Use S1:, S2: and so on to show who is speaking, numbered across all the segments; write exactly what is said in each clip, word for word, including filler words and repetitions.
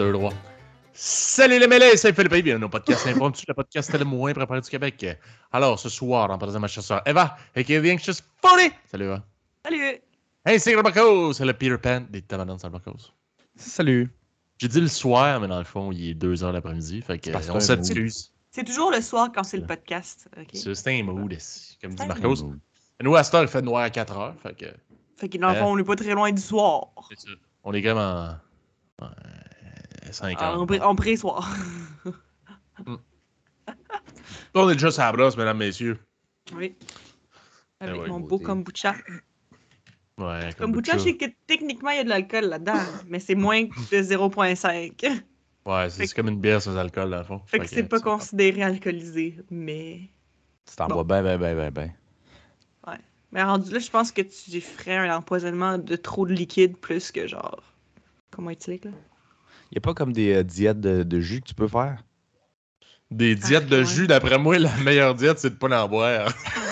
S1: deux, trois. Salut les mêlés, c'est Philippe et bienvenue au podcast impromptu, le podcast le moins préparé du Québec. Alors, ce soir, en présence de ma chasseur Eva, et qui est Anxious Phony. Salut Eva.
S2: Salut.
S1: Hey, c'est le Marcos, c'est le Peter Pan des Tamadons dans le Marcos.
S3: Salut.
S1: J'ai dit le soir, mais dans le fond, il est deux heures l'après-midi, fait que on s'excuse.
S2: C'est toujours le soir quand c'est le podcast. Okay?
S1: C'est un mood, comme dit
S2: un
S1: Marcos. Et nous, à cette heure, il fait noir à quatre heures, fait que...
S2: Fait que dans le fond, on n'est pas très loin du soir.
S1: C'est ça. On est comme en... cinq heures.
S2: En, en pré-soir.
S1: mm. On est déjà sur la brosse, mesdames, messieurs.
S2: Oui. Avec
S1: ouais,
S2: mon
S1: beauté.
S2: beau kombucha.
S1: Ouais,
S2: Kombucha, je sais que techniquement, il y a de l'alcool là-dedans, mais c'est moins de zéro virgule cinq.
S1: Ouais, c'est que... comme une bière sans alcool, dans le fond.
S2: Fait, fait que, que c'est pas considéré alcoolisé, mais...
S3: Tu t'en bois bien, bien, bien, bien, bien.
S2: Ouais. Mais rendu là, je pense que tu ferais un empoisonnement de trop de liquide plus que genre... Comment éthylique, là?
S3: Y a pas comme des euh, diètes de, de jus que tu peux faire?
S1: Des diètes ah, de ouais. jus, d'après moi, la meilleure diète, c'est de pas en boire.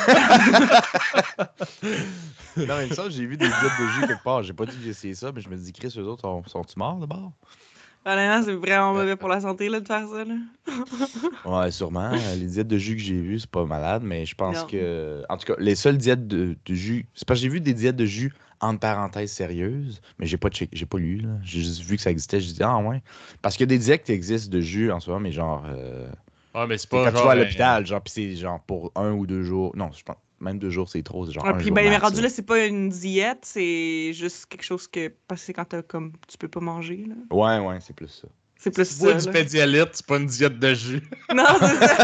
S3: Non, mais ça, j'ai vu des diètes de jus quelque part. J'ai pas dit que j'ai essayé ça, mais je me dis, Chris, eux autres, sont, sont-ils morts, d'abord?
S2: Honnêtement, c'est vraiment mauvais pour la santé, là, de faire ça, là.
S3: Ouais, sûrement. Les diètes de jus que j'ai vues, c'est pas malade, mais je pense non. que... En tout cas, les seules diètes de, de jus... C'est parce que j'ai vu des diètes de jus entre parenthèses sérieuses, mais j'ai pas check... j'ai pas lu, là. J'ai juste vu que ça existait, j'ai dit, ah ouais. Parce qu'il y a des diètes qui existent de jus en ce moment, mais genre... Euh...
S1: Ah, mais c'est pas
S3: quand
S1: genre...
S3: tu vas à l'hôpital, genre, pis c'est genre pour un ou deux jours... Non, je pense... Même deux jours, c'est trop. C'est genre
S2: ah,
S3: un
S2: puis
S3: jour
S2: ben,
S3: max,
S2: rendu
S3: là,
S2: là c'est pas une diète, c'est juste quelque chose que... Parce que c'est quand t'as comme... tu peux pas manger, là.
S3: Ouais, ouais, c'est plus ça.
S2: C'est plus
S1: si
S2: ça.
S1: Tu bois du pédialyte, c'est pas une diète de jus.
S2: Non, c'est ça.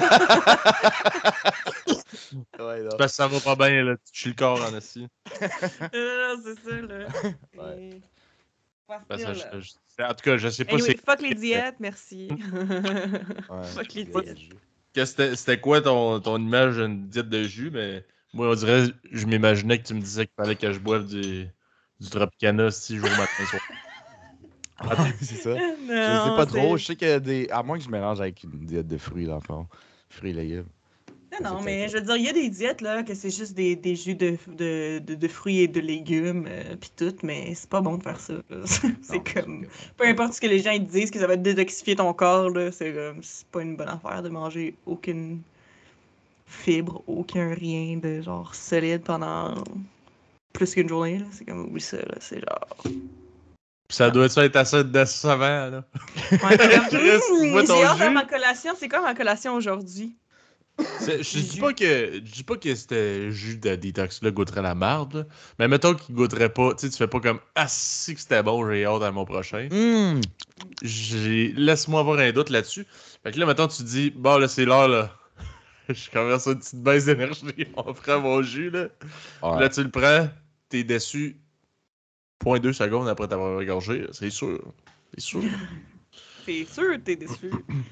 S3: Ouais, non.
S1: Parce que ça va pas bien, là. Tu chies le corps en assis.
S2: non, non, c'est ça, là.
S3: Ouais.
S1: Ben, ça, je, je, en tout cas, je sais pas
S2: anyway,
S1: si...
S2: fuck les diètes, merci.
S3: Ouais,
S2: fuck les diètes.
S1: C'était, c'était quoi ton, ton image d'une diète de jus, mais moi, on dirait, je m'imaginais que tu me disais qu'il fallait que je boive du, du Tropicana six jours matin soir.
S3: Ah, c'est ça.
S2: Non,
S3: je sais pas
S2: c'est...
S3: trop. Je sais que des. À moins que je mélange avec une diète de fruits, dans le fond. Fruits et légumes.
S2: Non, non, mais je veux dire, il y a des diètes, là, que c'est juste des, des jus de, de, de, de fruits et de légumes, euh, pis tout, mais c'est pas bon de faire ça. c'est non, comme... C'est peu importe ce que les gens ils disent, que ça va détoxifier ton corps, là, c'est comme... C'est pas une bonne affaire de manger aucune fibre, aucun rien de, genre, solide pendant plus qu'une journée, là. C'est comme, oui, ça, là, c'est genre...
S1: Ça doit être assez décevant, là.
S2: Ouais, Chris, mmh, j'ai hâte à ma collation. C'est quoi ma collation aujourd'hui?
S1: Je dis pas que je dis pas que c'était jus de détox là goûterait la marde, mais mettons qu'il goûterait pas, tu sais, tu fais pas comme ah si que c'était bon, j'ai hâte à mon prochain.
S3: Mm.
S1: J'ai laisse-moi avoir un doute là-dessus. Fait que là mettons tu dis bon là c'est l'heure là. Je commence une petite baisse d'énergie, on prend mon jus là. Ouais. Là tu le prends, t'es déçu. Point deux secondes après t'avoir regorgé, c'est sûr. C'est sûr.
S2: C'est sûr t'es déçu.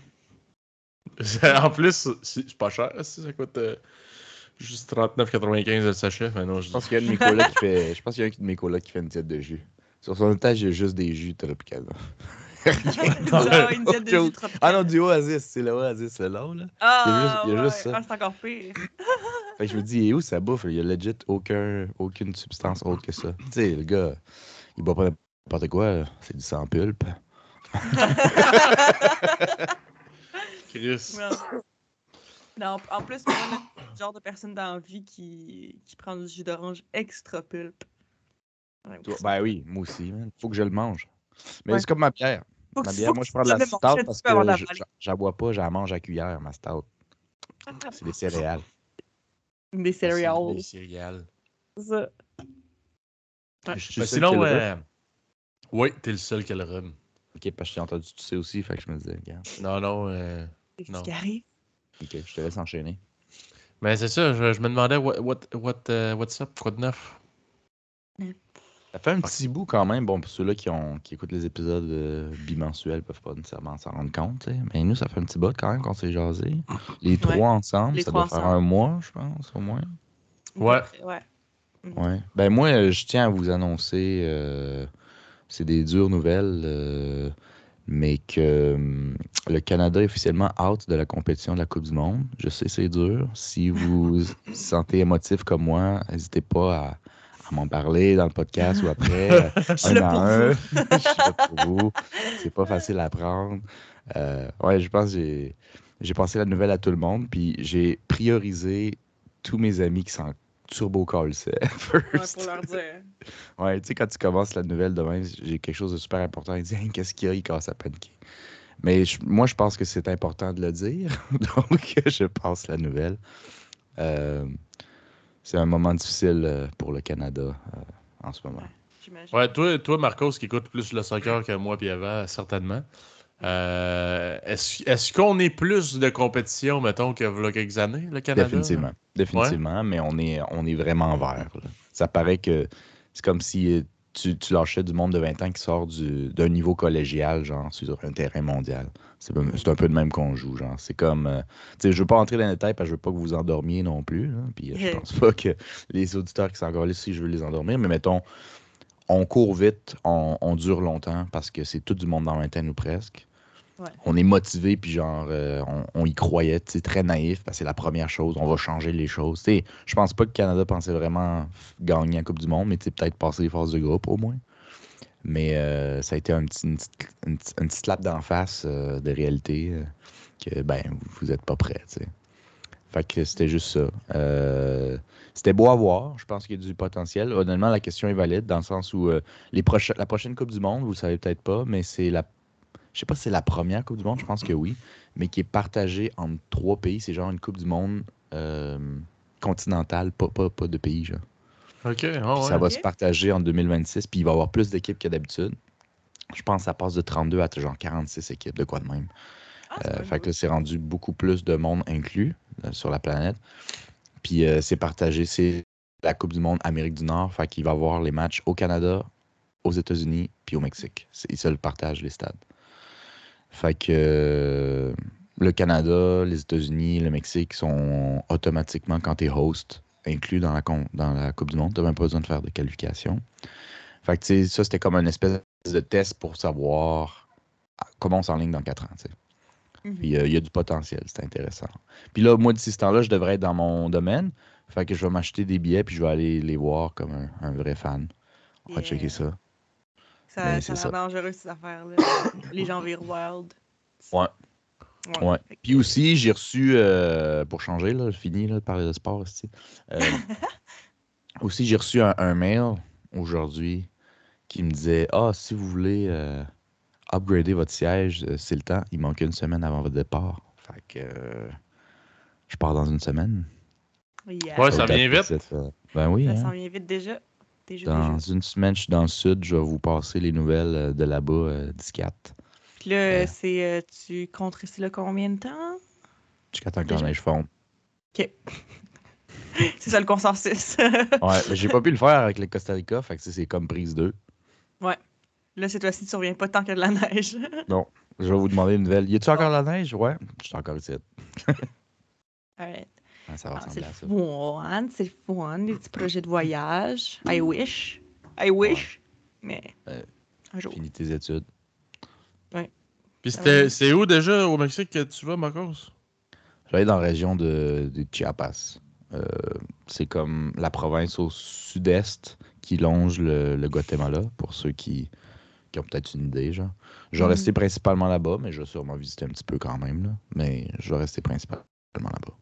S1: En plus, c'est pas cher, ça coûte euh, juste trente-neuf quatre-vingt-quinze le sachet. Mais non, je...
S3: je pense qu'il y a un de mes colocs qui fait. Je pense qu'il y a un de mes colocs qui fait une diète de jus. Sur son étage, il y a juste des jus Tropicana.
S2: Genre une diète de jus Tropicana.
S3: Ah non, du Oasis, c'est le Oasis, le long, là.
S2: Ah,
S3: il y a juste,
S2: ouais.
S3: il y a juste ça.
S2: Ah, c'est encore pire.
S3: Fait que je me dis, et où ça bouffe? Il y a legit aucun, aucune substance autre que ça. Tu sais, le gars, il boit pas n'importe quoi, là. C'est du sang pulpe.
S1: Chris.
S2: Non. non, en plus, moi, le genre de personne dans la vie qui, qui prend du jus d'orange extra pulpe.
S3: Ouais, ben oui, moi aussi, man. Faut que je le mange. Mais
S2: ouais.
S3: c'est comme ma bière.
S2: Faut
S3: ma
S2: que,
S3: bière, moi, je prends de la stout parce que je, je, je la bois pas, je la mange à cuillère, ma stout. C'est des céréales.
S2: Des céréales.
S1: C'est des céréales.
S2: C'est ça.
S1: Ouais. Ben sinon, euh... oui, t'es le seul qui a le rhum.
S3: Ok, parce que j'ai entendu tu sais aussi, fait que je me disais, regarde.
S1: Non, non, euh...
S2: non. Ce qui arrive.
S3: Ok, je te laisse enchaîner.
S1: Ben c'est ça, je, je me demandais what, what, what, uh, what's up, quoi de neuf?
S3: Ça fait un petit bout quand même. Bon, pour ceux-là qui, ont, qui écoutent les épisodes euh, bimensuels, peuvent pas nécessairement s'en rendre compte, t'sais. Mais nous, ça fait un petit bout quand même qu'on s'est jasé. Les trois ouais. ensemble, les ça trois doit ensemble. Faire un mois, je pense, au moins.
S1: Ouais.
S2: Ouais.
S3: Ouais. Ben moi, je tiens à vous annoncer, euh, c'est des dures nouvelles, euh, mais que euh, le Canada est officiellement out de la compétition de la Coupe du Monde. Je sais, c'est dur. Si vous vous sentez émotif comme moi, n'hésitez pas à à m'en parler dans le podcast ou après.
S2: Je suis là pour
S3: un.
S2: vous.
S3: Je suis là pour vous. C'est pas facile à prendre. Euh, ouais, je pense que j'ai, j'ai passé la nouvelle à tout le monde, puis j'ai priorisé tous mes amis qui sont turbo call
S2: Ouais,
S3: first.
S2: pour leur dire.
S3: Ouais, tu sais, quand tu commences la nouvelle demain, j'ai quelque chose de super important. Il dit, hey, qu'est-ce qu'il y a? Il casse à paniquer. Mais je- moi, je pense que c'est important de le dire. Donc, je passe la nouvelle. Euh, c'est un moment difficile euh, pour le Canada euh, en ce moment.
S2: Ouais, j'imagine.
S1: Ouais, toi, toi, Marcos, qui écoute plus le soccer que moi puis avant, certainement. Euh, est-ce, est-ce qu'on est plus de compétition, mettons, que il y a quelques années, le Canada?
S3: Définitivement.
S1: Là?
S3: Définitivement, mais on est, on est vraiment vert. Là. Ça paraît que c'est comme si euh, tu, tu lâchais du monde de vingt ans qui sort du, d'un niveau collégial, genre, sur un terrain mondial. C'est, un- c'est un peu de même qu'on joue, genre. C'est comme... euh, tu sais, je veux pas entrer dans les détails parce que je veux pas que vous endormiez non plus. Là. Puis euh, je pense pas que les auditeurs qui sont encore là, si je veux les endormir, mais mettons, on court vite, on, on dure longtemps parce que c'est tout du monde dans vingt ans ou presque.
S2: Ouais.
S3: On est motivé, puis genre, euh, on, on y croyait, tu sais, très naïf, parce que c'est la première chose, on va changer les choses. Tu sais, je pense pas que le Canada pensait vraiment f- gagner la Coupe du Monde, mais tu sais, peut-être passer les phases de groupe au moins. Mais euh, ça a été un petit, une, petite, une petite- une petite slap d'en face euh, de réalité euh, que, ben, vous êtes pas prêts, tu sais. Fait que c'était juste ça. Euh, c'était beau à voir. Je pense qu'il y a du potentiel. Honnêtement, la question est valide dans le sens où euh, les procha- la prochaine Coupe du Monde, vous le savez peut-être pas, mais c'est la. Je sais pas si c'est la première Coupe du Monde, je pense que oui, mais qui est partagée entre trois pays. C'est genre une Coupe du Monde euh, continentale, pas, pas, pas de pays, genre.
S1: OK,
S3: Puis
S1: ah
S3: ça
S1: ouais.
S3: va
S2: Ok.
S3: se partager en deux mille vingt-six, puis il va y avoir plus d'équipes que d'habitude. Je pense que ça passe de trente-deux à genre quarante-six équipes, de quoi de même.
S2: Ah, c'est
S3: Euh,
S2: pas
S3: fait que
S2: cool.
S3: là, c'est rendu beaucoup plus de monde inclus euh, sur la planète. Puis euh, c'est partagé, c'est la Coupe du Monde Amérique du Nord. Fait qu'il va y avoir les matchs au Canada, aux États-Unis, puis au Mexique. C'est, ils se le partagent, les stades. Fait que euh, le Canada, les États-Unis, le Mexique sont automatiquement, quand tu es host, inclus dans la, com- dans la Coupe du Monde. Tu n'as même pas besoin de faire de qualification. Fait que tu sais, ça, c'était comme une espèce de test pour savoir comment on s'enligne dans quatre ans. Tu sais.
S2: Mhm.
S3: Puis euh, il y a du potentiel, c'est intéressant. Puis là, moi, d'ici ce temps-là, je devrais être dans mon domaine. Fait que je vais m'acheter des billets puis je vais aller les voir comme un, un vrai fan. On va
S2: Yeah.
S3: checker ça.
S2: Ça,
S3: Mais
S2: ça
S3: c'est
S2: a l'air
S3: ça.
S2: dangereux, ces affaires-là. Les gens virent wild.
S3: Ouais.
S2: Ouais.
S3: Ouais.
S2: Fait que-
S3: Puis aussi, j'ai reçu, euh, pour changer, là, fini là, de parler de sport aussi. Euh, aussi, j'ai reçu un, un mail aujourd'hui qui me disait Ah, si vous voulez euh, upgrader votre siège, euh, c'est le temps. Il manque une semaine avant votre départ. Fait que euh, je pars dans une semaine.
S2: Yeah.
S1: Ouais,
S3: So
S1: ça vient
S3: that's
S1: vite.
S3: it, euh, Ben oui,
S2: Ça s'en
S3: hein.
S2: vient vite déjà. Déjà,
S3: Dans
S2: déjà.
S3: une semaine, je suis dans le sud. Je vais vous passer les nouvelles euh, de là-bas, euh, dix quatre.
S2: Puis là,
S3: Euh,
S2: c'est. euh, tu comptes rester là combien de temps?
S3: Jusqu'à temps que la
S2: Déjà.
S3: neige fonde.
S2: Ok. C'est ça le consensus.
S3: Ouais, mais j'ai pas pu le faire avec le Costa Rica. Fait que tu sais, c'est comme prise deux.
S2: Ouais. Là, cette fois-ci, tu reviens pas tant qu'il y a de la neige.
S3: Non. Je vais vous demander une nouvelle. Y a-tu encore
S2: Bon.
S3: la neige? Ouais. Je suis encore ici.
S2: Alright.
S3: Ouais, ça va
S2: Ah, c'est
S3: ressembler
S2: le
S3: à ça.
S2: fun, c'est le fun, des petits projets de voyage. I wish. I wish. Mais
S3: Euh,
S2: un jour.
S3: Finis tes études.
S1: Puis
S2: Ça va
S1: c'était,
S2: aller.
S1: c'est où déjà au Mexique que tu vas, Marcos?
S3: J'allais dans la région de, de Chiapas. Euh, c'est comme la province au sud-est qui longe le, le Guatemala, pour ceux qui, qui ont peut-être une idée, genre. Je vais
S2: Mhm.
S3: rester principalement là-bas, mais je vais sûrement visiter un petit peu quand même, là. Mais je vais rester principalement là-bas.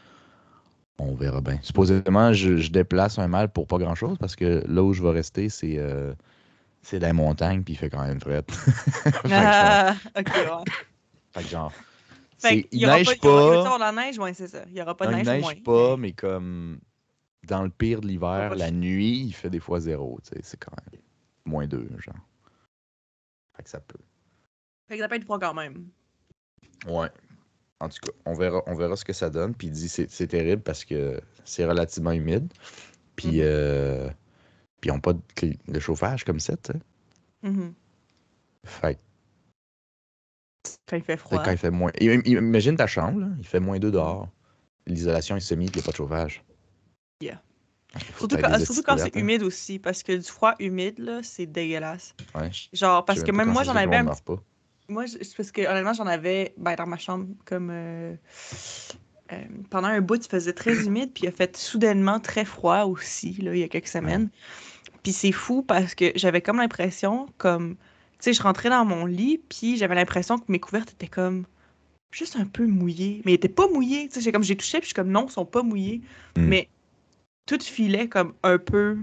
S3: On verra bien. Supposément, je, je déplace un mal pour pas grand-chose, parce que là où je vais rester, c'est euh, c'est dans les montagnes, puis il fait quand même fret. fait que genre,
S2: Ah, ok, ouais.
S3: fait que genre,
S2: Fait
S3: c'est,
S2: qu'il
S3: il
S2: y aura pas.
S3: neige
S2: Il y aura, il va-tu
S3: pas.
S2: avoir de la neige? Ouais, c'est ça. Il y aura pas
S3: Non,
S2: de
S3: il
S2: neige au moins.
S3: neige pas,
S2: Mais
S3: mais comme dans le pire de
S2: il va
S3: l'hiver,
S2: pas
S3: la
S2: ch-
S3: nuit, il fait des fois zéro. Tu sais, c'est quand même moins deux, genre. Fait que ça peut.
S2: Fait que ça peut être froid quand même.
S3: Ouais. En tout cas, on verra, on verra ce que ça donne. Puis il dit c'est c'est terrible parce que c'est relativement humide. Puis,
S2: Mhm.
S3: euh, puis ils n'ont pas de, cl- de chauffage comme ça, tu sais.
S2: Mhm.
S3: Fait que
S2: Quand il fait
S3: fait que
S2: froid.
S3: quand il fait moins. im- im- Imagine ta chambre, là, il fait moins deux dehors. L'isolation est semi, puis il n'y a pas de chauffage.
S2: Yeah.
S3: Fait qu'il faut
S2: Surtout
S3: que
S2: quand,
S3: t'aies des
S2: surtout
S3: estis
S2: quand c'est
S3: couvertes, hein.
S2: humide aussi, parce que du froid humide, là, c'est dégueulasse.
S3: Ouais.
S2: Genre,
S3: Je
S2: parce
S3: sais
S2: que
S3: même pas
S2: même
S3: comment
S2: moi,
S3: ça se
S2: j'en
S3: fait que le
S2: avais
S3: monde
S2: un
S3: meurt
S2: petit.
S3: pas.
S2: Moi, je- c'est parce que honnêtement, j'en avais ben, dans ma chambre comme. euh, euh, pendant un bout, il faisait très humide, puis il a fait soudainement très froid aussi, là, il y a quelques semaines. Puis c'est fou parce que j'avais comme l'impression, comme, tu sais, je rentrais dans mon lit, puis j'avais l'impression que mes couvertes étaient comme juste un peu mouillées. Mais ils étaient pas mouillées, tu sais, j'ai comme, j'ai touché, puis je suis comme, non, ils sont pas mouillés.
S3: Mm.
S2: Mais tout filait comme un peu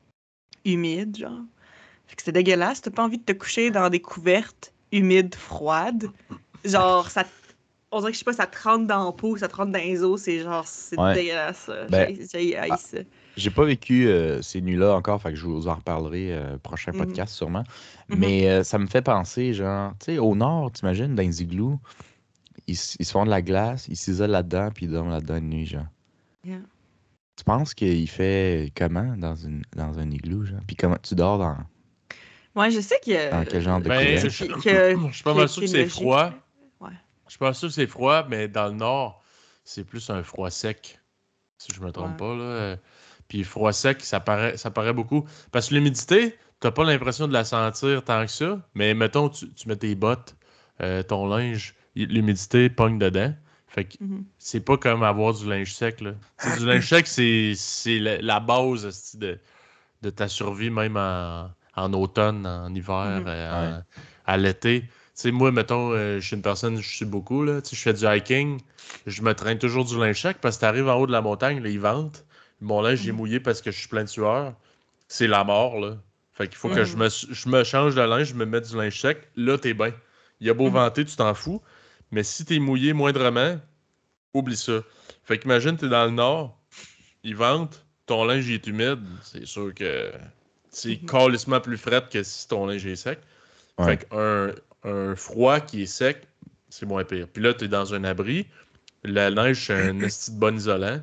S2: humide, genre. Fait que c'était dégueulasse. T'as pas envie de te coucher dans des couvertes humides, froides. Genre, ça, on dirait que, je sais pas, ça te rentre dans la peau, ça te rentre dans les os. C'est genre, c'est
S3: Ouais.
S2: dégueulasse. ça.
S3: Ben,
S2: J'ai j'ai haï
S3: ah,
S2: ça.
S3: J'ai pas vécu euh, ces nuits-là encore, fait que je vous en reparlerai euh, prochain
S2: Mhm.
S3: podcast sûrement.
S2: Mhm.
S3: Mais euh, ça me fait penser, genre, tu sais, au nord, t'imagines, dans les igloos, ils, s- ils se font de la glace, ils s'isolent là-dedans, puis ils dorment là-dedans une nuit, genre.
S2: Yeah.
S3: Tu penses qu'il fait comment dans, une, dans un igloo, genre? Puis comment tu dors dans,
S2: Ouais, je sais qu'il y a.
S3: dans quel genre de
S1: Ben,
S3: couvert?
S1: je,
S2: qu'il qu'il y a-
S1: je suis pas
S2: qu'il y a-
S1: mal sûr
S2: qu'il
S1: que
S2: y a
S1: c'est
S2: une logique,
S1: froid.
S2: là. Ouais.
S1: Je suis pas sûr que c'est froid, mais dans le nord, c'est plus un froid sec, si je me trompe
S2: Ouais.
S1: pas, là. Euh, Puis froid sec, ça paraît, ça paraît beaucoup. Parce que l'humidité, t'as pas l'impression de la sentir tant que ça, mais mettons, tu, tu mets tes bottes, euh, ton linge, y- l'humidité pogne dedans. Fait que
S2: Mhm.
S1: c'est pas comme avoir du linge sec, là. Tu sais, du linge sec, c'est, c'est la, la base esti, de, de ta survie, même en, en automne, en hiver,
S2: Mhm.
S1: euh,
S3: Ouais.
S1: en- à l'été. Tu sais, moi, mettons, euh, je suis une personne, je suis beaucoup, là. Tu sais, je fais du hiking, je me traîne toujours du linge sec parce que t'arrives en haut de la montagne, là, il vente. Mon linge il est
S2: Mhm.
S1: mouillé parce que je suis plein de sueur. C'est la mort, là. Fait qu'il faut que je
S2: Mhm.
S1: me, je me change de linge, je me mette du linge sec. Là, t'es bien. Il a beau
S2: Mhm.
S1: venter, tu t'en fous. Mais si t'es mouillé moindrement, oublie ça. Fait qu'imagine, t'es dans le nord, il vente, ton linge il est humide. C'est sûr que c'est
S2: Mhm.
S1: calissement plus frais que si ton linge est sec.
S3: Ouais.
S1: Fait qu'un un froid qui est sec, c'est moins pire. Puis là, t'es dans un abri. La neige, c'est un esti de bon isolant.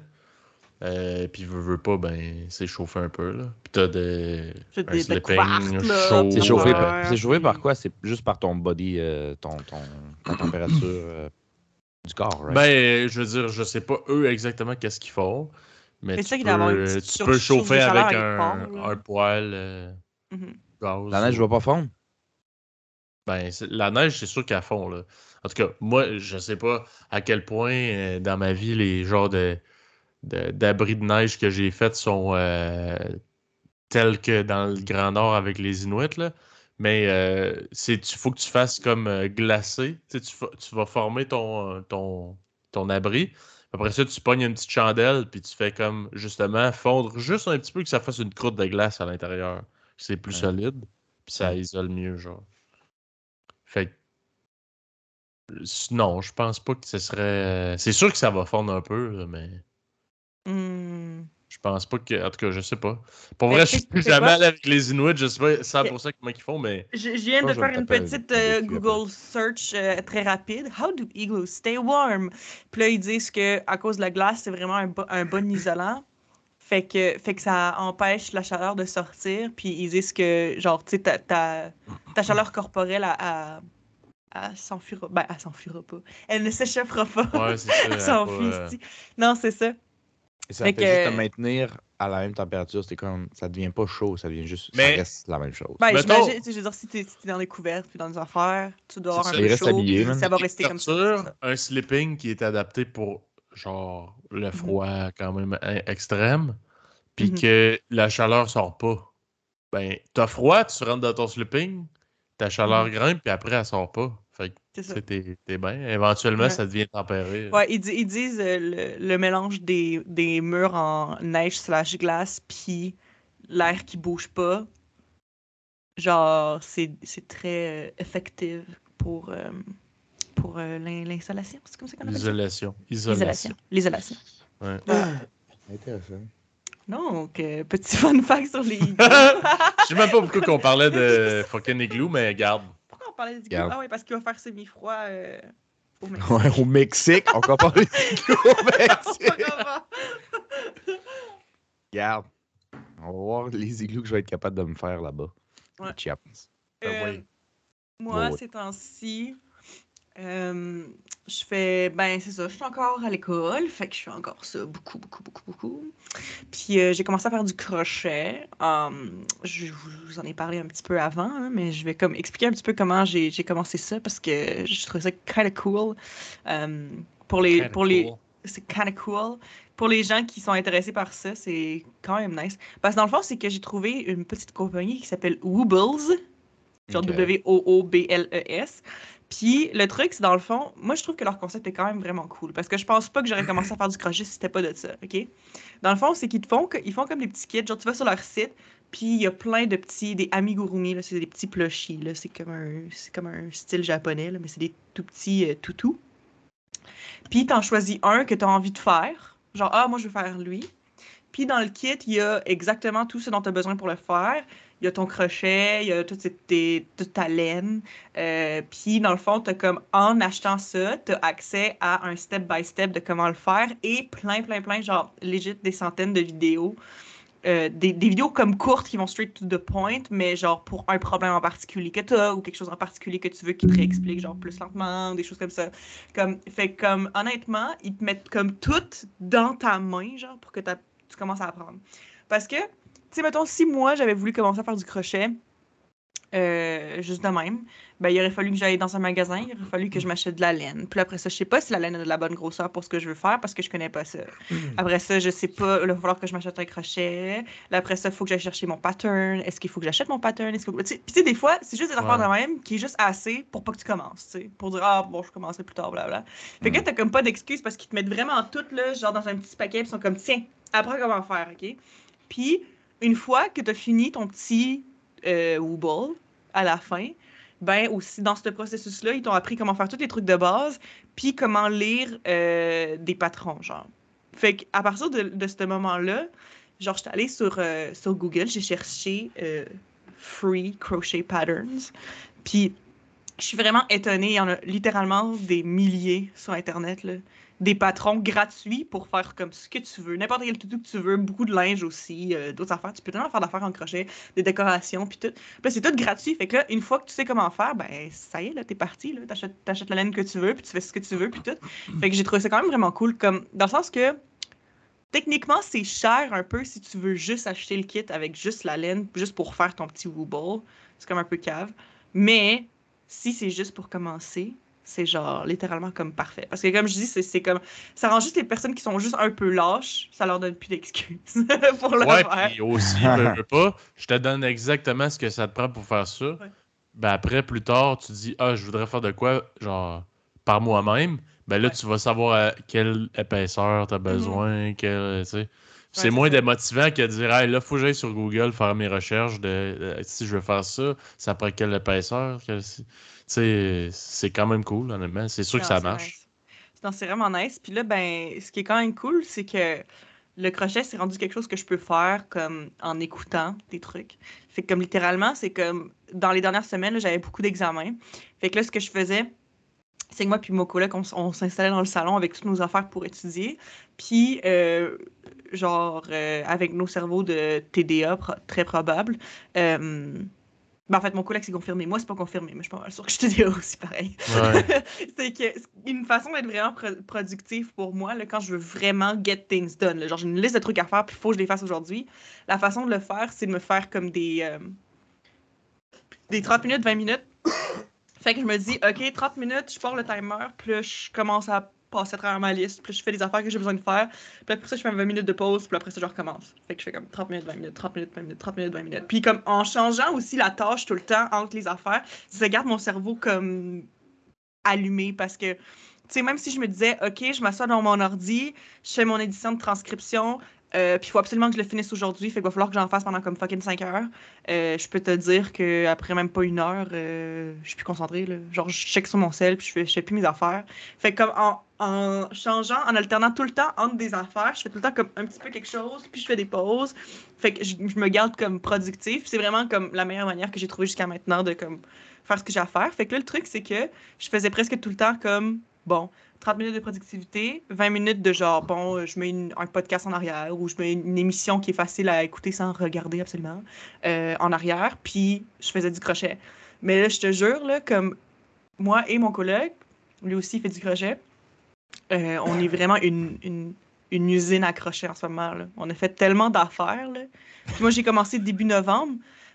S1: Euh, puis veux, veux pas, ben, c'est chauffé un peu, là. Puis t'as des...
S2: J'ai
S1: un
S2: des, des
S1: sleeping
S2: couvertes, là,
S3: C'est
S2: pis
S1: chaud.
S3: chauffé, par-
S1: euh,
S2: d'affaires,
S3: c'est chauffé par
S2: puis-
S3: quoi? C'est juste par ton body, euh, ton, ton, ta température euh, du corps, right?
S1: Ben, je veux dire, je sais pas eux exactement qu'est-ce qu'ils font, mais
S2: Mais c'est
S1: tu
S2: ça qu'il doit y avoir une
S1: peux,
S2: petite
S1: tu peux
S2: source, source de
S1: chauffer
S2: chaleur
S1: avec
S2: à quelque part,
S1: un,
S2: là.
S1: un poêle euh,
S2: Mhm.
S3: La
S1: gaz
S3: neige
S1: ou...
S3: va pas fondre?
S1: Ben, c'est- la neige, c'est sûr qu'à fond, là. En tout cas, moi, je sais pas à quel point euh, dans ma vie, les genres de, de- d'abris de neige que j'ai faits sont euh, tels que dans le Grand Nord avec les Inuits, là. Mais euh, c'est, il faut que tu fasses comme euh, glacé. Tu sais, tu, fa- tu vas former ton, euh, ton, ton abri. Après ça, tu pognes une petite chandelle, puis tu fais comme, justement, fondre juste un petit peu que ça fasse une croûte de glace à l'intérieur. C'est plus
S3: Ouais.
S1: solide, puis ça
S3: Ouais.
S1: isole mieux, genre. Fait que non, je pense pas que ce serait. C'est sûr que ça va fondre un peu, là, mais
S2: Hmm.
S1: je pense pas que. En tout cas, je sais pas. Pour
S2: Mais
S1: vrai,
S2: tu
S1: je
S2: sais,
S1: suis
S2: tu sais
S1: jamais
S2: quoi?
S1: allé avec les Inuits, je sais pas cent
S2: Ok.
S1: pour cent comment ils font, mais.
S2: Je, je
S3: Je
S2: viens
S3: pense
S2: de
S3: que je vais
S2: faire
S3: me
S2: une
S3: taper un-
S2: petite
S3: un
S2: euh,
S3: vécu après.
S2: Google search euh, très rapide. How do igloos stay warm? Puis là, ils disent que à cause de la glace, c'est vraiment un, bo- un bon isolant. Fait que, fait que ça empêche la chaleur de sortir. Puis ils disent que, genre, tu sais, ta, ta, ta chaleur corporelle, à, à, elle s'enfuira. Ben, elle s'enfuira pas. Elle ne s'échappera pas.
S1: Ouais, c'est ça.
S2: Elle
S1: elle a pas,
S2: s'enfuit,
S1: euh,
S2: c'ti. Non, c'est ça.
S3: Et ça
S2: Fait
S3: fait juste te
S2: que,
S3: maintenir à la même température. C'est comme, ça devient pas chaud, ça devient juste, ça
S1: Mais,
S3: reste la même chose.
S2: ben,
S1: mettons,
S2: j'imagine, tu sais, je veux dire, si t'es si t'es dans les couvertes puis dans des affaires, tu dois
S1: c'est
S2: avoir un
S1: ça.
S3: Mais il
S2: peu
S3: reste
S2: chaud,
S3: habillé,
S2: puis
S3: man.
S2: ça va
S1: Une
S2: rester comme ça. c'est
S1: couverture,
S2: ça.
S1: un sleeping qui est adapté pour, genre, le
S2: Mhm.
S1: froid quand même e- extrême, puis
S2: Mhm.
S1: que la chaleur sort pas. Ben, t'as froid, tu rentres dans ton sleeping, ta chaleur
S2: Mhm.
S1: grimpe, puis après, elle sort pas. Fait que,
S2: C'est
S1: tu
S2: ça.
S1: sais, t'es, t'es bien. Éventuellement,
S2: Ouais.
S1: ça devient tempéré.
S2: Ouais, ils, di- ils disent euh, le, le mélange des, des murs en neige slash glace puis l'air qui bouge pas, genre, c'est c'est très euh, effectif pour, euh, pour euh, l'in- l'installation. C'est comme ça qu'on appelle ça?
S1: L'isolation.
S2: L'isolation.
S1: Isolation.
S2: L'isolation.
S1: Ouais.
S2: Voilà.
S3: Intéressant.
S2: Donc, euh, petit fun fact sur les igloos.
S1: Je sais même pas pourquoi qu'on parlait de
S2: Juste-
S1: fucking igloo, mais garde.
S2: Pourquoi on parlait d'igloos?
S3: Regarde.
S2: Ah oui, parce qu'il va faire semi-froid euh, au Mexique.
S3: Ouais, au Mexique, on compare les igloos au Mexique. Regarde, on va voir les igloos que je vais être capable de me faire là-bas.
S2: Ouais.
S3: Les Chiapas.
S1: Ah
S2: Euh,
S1: oui.
S2: moi,
S3: Ouais.
S2: ces temps-ci, euh, je fais, ben c'est ça, je suis encore à l'école, fait que je fais encore ça beaucoup, beaucoup, beaucoup, beaucoup. Puis euh, j'ai commencé à faire du crochet. Um, je vous en ai parlé un petit peu avant, hein, mais je vais comme expliquer un petit peu comment j'ai j'ai commencé ça parce que je trouvais ça kind of cool. Um, pour les,
S1: Kinda
S2: pour les,
S1: cool.
S2: c'est kind of cool. Pour les gens qui sont intéressés par ça, c'est quand même nice. Parce que dans le fond, c'est que j'ai trouvé une petite compagnie qui s'appelle Woobles, genre
S3: Ok.
S2: W O O B L E S. Puis le truc, c'est dans le fond, moi je trouve que leur concept est quand même vraiment cool. Parce que je pense pas que j'aurais commencé à faire du crochet si c'était pas de ça, OK? Dans le fond, c'est qu'ils te font, que- ils font comme des petits kits. Genre, tu vas sur leur site, puis il y a plein de petits, des amigurumi, là, c'est des petits plushies, là. C'est comme un, c'est comme un style japonais, là, mais c'est des tout petits euh, toutous. Puis t'en choisis un que t'as envie de faire. Genre, ah, moi je veux faire lui. Puis dans le kit, il y a exactement tout ce dont tu as besoin pour le faire. Il y a ton crochet, il y a toute, tes, toute ta laine. Euh, puis dans le fond, t'as comme, en achetant ça, tu as accès à un step-by-step de comment le faire et plein, plein, plein, genre, legit des centaines de vidéos. Euh, des, des vidéos comme courtes qui vont straight to the point, mais genre pour un problème en particulier que tu as ou quelque chose en particulier que tu veux qu'ils te réexpliquent, genre plus lentement, des choses comme ça. Comme, fait que, comme, honnêtement, ils te mettent comme tout dans ta main, genre, pour que t'as- tu commences à apprendre. Parce que, tu sais, mettons, si moi, j'avais voulu commencer à faire du crochet, euh, juste de même, ben, il aurait fallu que j'aille dans un magasin, il aurait fallu que je m'achète de la laine. Puis après ça, je sais pas si la laine a de la bonne grosseur pour ce que je veux faire parce que je connais pas ça. Après ça, je sais pas, il va falloir que je m'achète un crochet. Là, après ça, il faut que j'aille chercher mon pattern. Est-ce qu'il faut que j'achète mon pattern? Est-ce que... tu sais, Puis tu sais, des fois, c'est juste des affaires
S1: Ouais.
S2: de même qui est juste assez pour pas que tu commences, tu sais. Pour dire, ah, bon, je commencerai plus tard, blablabla. Fait que là,
S3: Mm.
S2: t'as comme pas d'excuses parce qu'ils te mettent vraiment tout, là, genre dans un petit paquet, puis ils sont comme, tiens, apprends comment faire, OK? Puis, une fois que t'as fini ton petit euh, Wooble, à la fin, ben aussi dans ce processus-là, ils t'ont appris comment faire tous les trucs de base, puis comment lire euh, des patrons, genre. Fait qu'à partir de, de ce moment-là, genre, j'étais allée sur, euh, sur Google, j'ai cherché euh, Free Crochet Patterns, puis je suis vraiment étonnée, il y en a littéralement des milliers sur Internet, là. Des patrons gratuits pour faire comme ce que tu veux, n'importe quel toutou que tu veux, beaucoup de linge aussi, euh, d'autres affaires. Tu peux tellement faire d'affaires en crochet, des décorations, puis tout. Puis là, c'est tout gratuit. Fait que là, une fois que tu sais comment faire, ben ça y est, là, t'es parti, là. T'achètes, t'achètes la laine que tu veux, puis tu fais ce que tu veux, puis tout. Fait que j'ai trouvé ça quand même vraiment cool, comme, dans le sens que, techniquement, c'est cher un peu si tu veux juste acheter le kit avec juste la laine, juste pour faire ton petit Wooble. C'est comme un peu cave. Mais si c'est juste pour commencer, c'est genre littéralement comme parfait. Parce que comme je dis, c'est c'est comme. Ça rend juste les personnes qui sont juste un peu lâches, ça leur donne plus d'excuses pour le
S1: Ouais,
S2: faire.
S1: puis aussi, veux, veux pas, je te donne exactement ce que ça te prend pour faire ça.
S2: Ouais.
S1: Ben après, plus tard, tu dis, ah, je voudrais faire de quoi, genre, par moi-même. Ben là,
S2: Ouais.
S1: tu vas savoir à quelle épaisseur tu as
S2: Mhm.
S1: besoin, quelle, tu sais. C'est
S2: Ouais, c'est
S1: moins
S2: ça.
S1: démotivant que de dire, hey, là, faut que j'aille sur Google faire mes recherches de, de- si je veux faire ça, ça prend quelle épaisseur, quelle- tu sais, c'est quand même cool, honnêtement. C'est sûr que
S2: Non,
S1: ça
S2: c'est
S1: marche.
S2: nice. Non, c'est vraiment nice. Puis là, ben, ce qui est quand même cool, c'est que le crochet, c'est rendu quelque chose que je peux faire comme en écoutant des trucs. Fait que comme littéralement, c'est comme dans les dernières semaines, là, j'avais beaucoup d'examens. Fait que là, ce que je faisais, c'est que moi puis mon coloc, on, s- on s'installait dans le salon avec toutes nos affaires pour étudier. Puis, euh, genre, euh, avec nos cerveaux de T D A pro- très probable, euh, ben, en fait, mon collègue, c'est confirmé. Moi, c'est pas confirmé, mais je suis pas mal sûre que je te dirais aussi pareil.
S1: Ouais.
S2: C'est que c'est une façon d'être vraiment pro- productif pour moi, là, quand je veux vraiment get things done. Là. Genre, j'ai une liste de trucs à faire, puis il faut que je les fasse aujourd'hui. La façon de le faire, c'est de me faire comme des, euh, des trente minutes, vingt minutes. Fait que je me dis, OK, trente minutes, je pars le timer, puis là, je commence à passer à travers ma liste, puis là, je fais les affaires que j'ai besoin de faire, puis après ça, je fais vingt minutes de pause, puis après ça, je recommence. Fait que je fais comme trente minutes, vingt minutes, trente minutes, vingt minutes, trente minutes, vingt minutes. Puis comme en changeant aussi la tâche tout le temps entre les affaires, ça garde mon cerveau comme allumé parce que, tu sais, même si je me disais, OK, je m'assois dans mon ordi, je fais mon édition de transcription, euh, puis il faut absolument que je le finisse aujourd'hui, fait qu'il va falloir que j'en fasse pendant comme fucking cinq heures. Euh, je peux te dire qu'après même pas une heure, euh, je suis plus concentrée, là. Genre, je check sur mon cell, puis je fais, je fais plus mes affaires. Fait que comme en, en changeant, en alternant tout le temps entre des affaires, je fais tout le temps comme un petit peu quelque chose, puis je fais des pauses. Fait que je, je me garde comme productif. C'est vraiment comme la meilleure manière que j'ai trouvé jusqu'à maintenant de comme faire ce que j'ai à faire. Fait que là, le truc, c'est que je faisais presque tout le temps comme, bon, trente minutes de productivité, vingt minutes de genre, bon, je mets une- un podcast en arrière ou je mets une, une émission qui est facile à écouter sans regarder absolument euh, en arrière, puis je faisais du crochet. Mais là, je te jure, là, comme moi et mon collègue, lui aussi il fait du crochet, euh, on est vraiment une, une, une usine à crochet en ce moment, là. On a fait tellement d'affaires, là. Puis moi, j'ai commencé début novembre.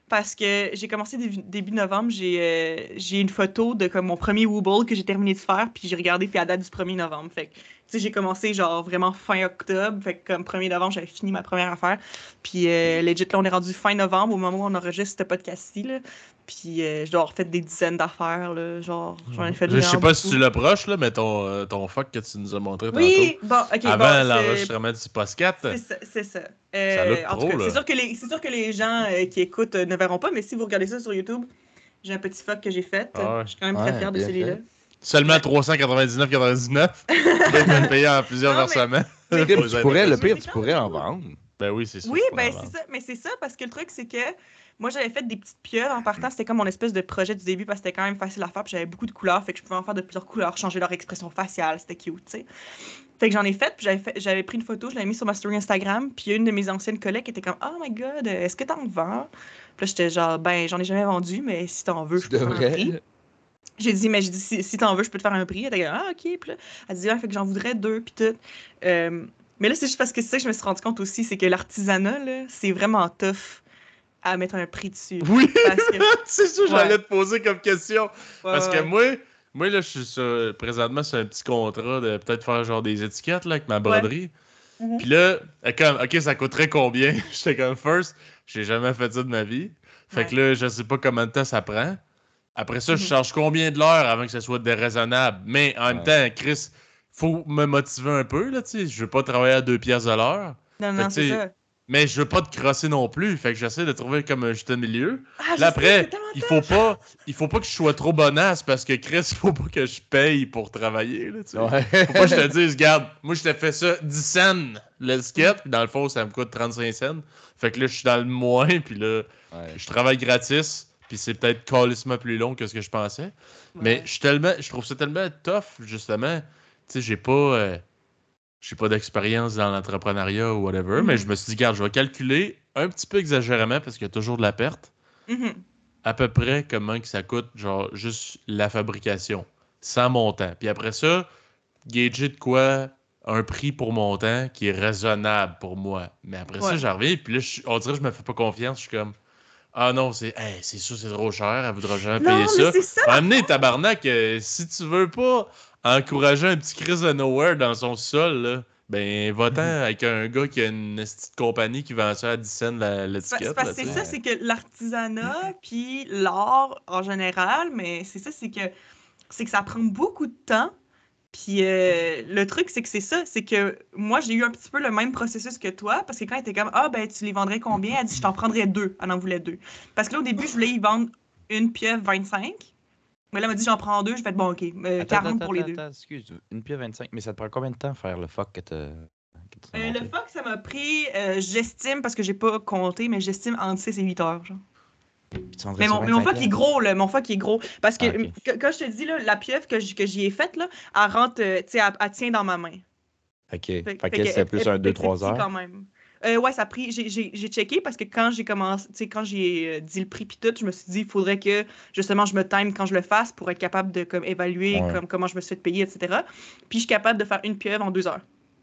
S2: parce que j'ai commencé début, début novembre, j'ai euh, j'ai une photo de comme mon premier Wooble que j'ai terminé de faire, puis j'ai regardé, puis à date du premier novembre. Fait que, tu sais, j'ai commencé genre vraiment fin octobre, fait que comme premier novembre, j'avais fini ma première affaire. Puis euh, legit, là, on est rendu fin novembre, au moment où on enregistre ce podcast-ci, là. Puis euh, je dois avoir fait des dizaines d'affaires, là, genre, j'en ai fait
S1: Je sais pas
S2: beaucoup.
S1: si tu l'approches, là, mais ton, euh, ton fuck que tu nous as montré
S2: oui,
S1: tantôt.
S2: Bon, ok,
S1: Avant
S2: bon,
S1: l'enregistrement du podcast.
S2: C'est ça, c'est ça. Euh,
S1: Ça look
S2: en
S1: pro,
S2: tout cas,
S1: là.
S2: c'est sûr que les, c'est sûr que les gens euh, qui écoutent euh, ne verront pas, mais si vous regardez ça sur YouTube, j'ai un petit fuck que j'ai fait.
S1: Ah ouais.
S2: Je suis quand même
S3: Ouais,
S2: très fière de
S3: bien
S2: celui-là.
S3: fait.
S1: Seulement
S2: Ouais.
S1: trois cent quatre-vingt-dix-neuf quatre-vingt-dix-neuf. Peut-être me le payer en plusieurs
S2: Non, mais-
S1: versements.
S2: mais-
S3: Tu
S1: Pour les
S3: pourrais, le
S1: intéressés.
S3: pire, tu pourrais en vendre.
S1: Ben oui, c'est ça.
S2: Oui,
S1: je pourrais
S2: ben
S1: en
S2: c'est
S1: vendre.
S2: ça. Mais c'est ça, parce que le truc, c'est que moi, j'avais fait des petites pieuvres en partant. C'était comme mon espèce de projet du début parce que c'était quand même facile à faire. Puis j'avais beaucoup de couleurs, fait que je pouvais en faire de plusieurs couleurs, changer leur expression faciale. C'était cute, tu sais. Fait que j'en ai fait, puis j'avais, fait, j'avais pris une photo, je l'avais mis sur ma story Instagram. Puis une de mes anciennes collègues était comme Oh my god, est-ce que t'en vends? Puis là, j'étais genre Ben, j'en ai jamais vendu, mais si t'en veux, je peux te faire un prix.
S3: devrais.
S2: J'ai dit, mais j'ai dit, si, si t'en veux, je peux te faire un prix. Elle était comme, ah, ok. Puis là, elle dit, ah, fait que j'en voudrais deux, puis tout. Euh, mais là, c'est juste parce que c'est ça que je me suis rendu compte aussi, c'est que l'artisanat, là, c'est vraiment tough à mettre un prix dessus.
S1: Oui,
S2: Parce que,
S1: c'est ça que
S2: Ouais.
S1: j'allais te poser comme question.
S2: ouais,
S1: Parce que
S2: ouais.
S1: moi, moi là, je suis sur, présentement sur un petit contrat de peut-être faire genre des étiquettes là, avec ma broderie.
S2: Mhm.
S1: Puis là, elle est comme, ok, ça coûterait combien? J'étais comme, first, j'ai jamais fait ça de ma vie. Fait
S2: Ouais.
S1: que là, je sais pas combien de temps ça prend. Après ça, je
S2: Mhm.
S1: charge combien de l'heure avant que ça soit déraisonnable. Mais en même
S3: Ouais.
S1: temps, Chris, faut me motiver un peu, là, tu sais. Je veux pas travailler à deux piastres de l'heure.
S2: Non,
S1: Fait
S2: non,
S1: que,
S2: c'est
S1: tu sais,
S2: ça.
S1: mais je veux pas te crosser non plus. Fait que j'essaie de trouver comme un juste milieu.
S2: Ah,
S1: Puis
S2: je
S1: là,
S2: sais,
S1: après,
S2: c'est tellement
S1: il
S2: tough.
S1: faut pas, il faut pas que je sois trop bonasse parce que Chris, il faut pas que je paye pour travailler, là, tu sais.
S3: Ouais.
S1: Faut pas que je te dise, regarde, moi je te fais ça dix cents le skate, puis dans le fond, ça me coûte trente-cinq cents. Fait que là, je suis dans le moins, puis là,
S3: Ouais.
S1: je travaille gratis, puis c'est peut-être calissement plus long que ce que je pensais. Mais
S2: Ouais.
S1: je suis tellement, je trouve ça tellement tough, justement. Tu sais, j'ai pas, euh, j'ai pas d'expérience dans l'entrepreneuriat ou whatever,
S2: Mhm.
S1: mais je me suis dit, regarde, je vais calculer un petit peu exagérément parce qu'il y a toujours de la perte.
S2: Mhm.
S1: À peu près comment que ça coûte, genre, juste la fabrication, sans montant. Puis après ça, gager de quoi un prix pour montant qui est raisonnable pour moi. Mais après ça,
S2: Ouais.
S1: j'en reviens, puis là, je, on dirait que je me fais pas confiance. Je suis comme, ah non, c'est hey, c'est sûr, c'est trop cher, elle voudra jamais
S2: Non,
S1: payer
S2: mais
S1: ça.
S2: c'est ça.
S1: Amener tabarnak, euh, si tu veux pas encourager un petit Chris de Nowhere dans son sol, là, ben, va-t'en avec un gars qui a une petite compagnie qui vend ça à dix cents la-
S2: C'est pa- c'est
S1: l'étiquette.
S2: parce
S1: là,
S2: que
S1: tu
S2: c'est
S1: sais.
S2: ça, c'est que l'artisanat puis l'art en général, mais c'est ça, c'est que c'est que ça prend beaucoup de temps. Puis euh, le truc, c'est que c'est ça, c'est que moi, j'ai eu un petit peu le même processus que toi, parce que quand elle était comme, ah, ben, tu les vendrais combien? Elle dit, je t'en prendrais deux. Elle en voulait deux. Parce que là, au début, je voulais y vendre une pieuvre vingt-cinq. Mais là, elle m'a dit, j'en prends deux. Je vais être bon, OK, euh,
S3: Attends,
S2: quarante
S3: attends,
S2: pour les
S3: attends,
S2: deux.
S3: attends, excuse. Une pièce vingt-cinq, mais ça te prend combien de temps faire le fuck que t'as que t'as
S2: Euh,
S3: monté?
S2: le fuck, ça m'a pris, euh, j'estime, parce que j'ai pas compté, mais j'estime entre six et huit heures, genre.
S3: Puis tu vendrais
S2: Mais
S3: ça
S2: mon, mais mon fuck
S3: vingt-cinq
S2: est gros, là. Mon fuck est gros. Parce que,
S3: Ah, ok.
S2: que- quand je te dis, là, la pieuvre que, j- que j'y ai faite, là, elle rentre, euh, tu sais, elle, elle tient dans ma main.
S3: Ok.
S2: Fait,
S3: Fait
S2: fait
S3: que
S2: que-
S3: c'est plus
S2: fait-
S3: un
S2: fait
S3: deux
S2: que c'est
S3: trois
S2: petit
S3: heures.
S2: quand même. Euh, ouais, ça a pris. J'ai, j'ai, j'ai checké parce que quand j'ai commencé, tu sais, quand j'ai euh, dit le prix puis tout, je me suis dit, il faudrait que justement je me time quand je le fasse pour être capable de comme évaluer
S3: Ouais.
S2: comme, comment je me suis fait payer, et cetera. Puis je suis capable de faire une pieuvre en deux heures.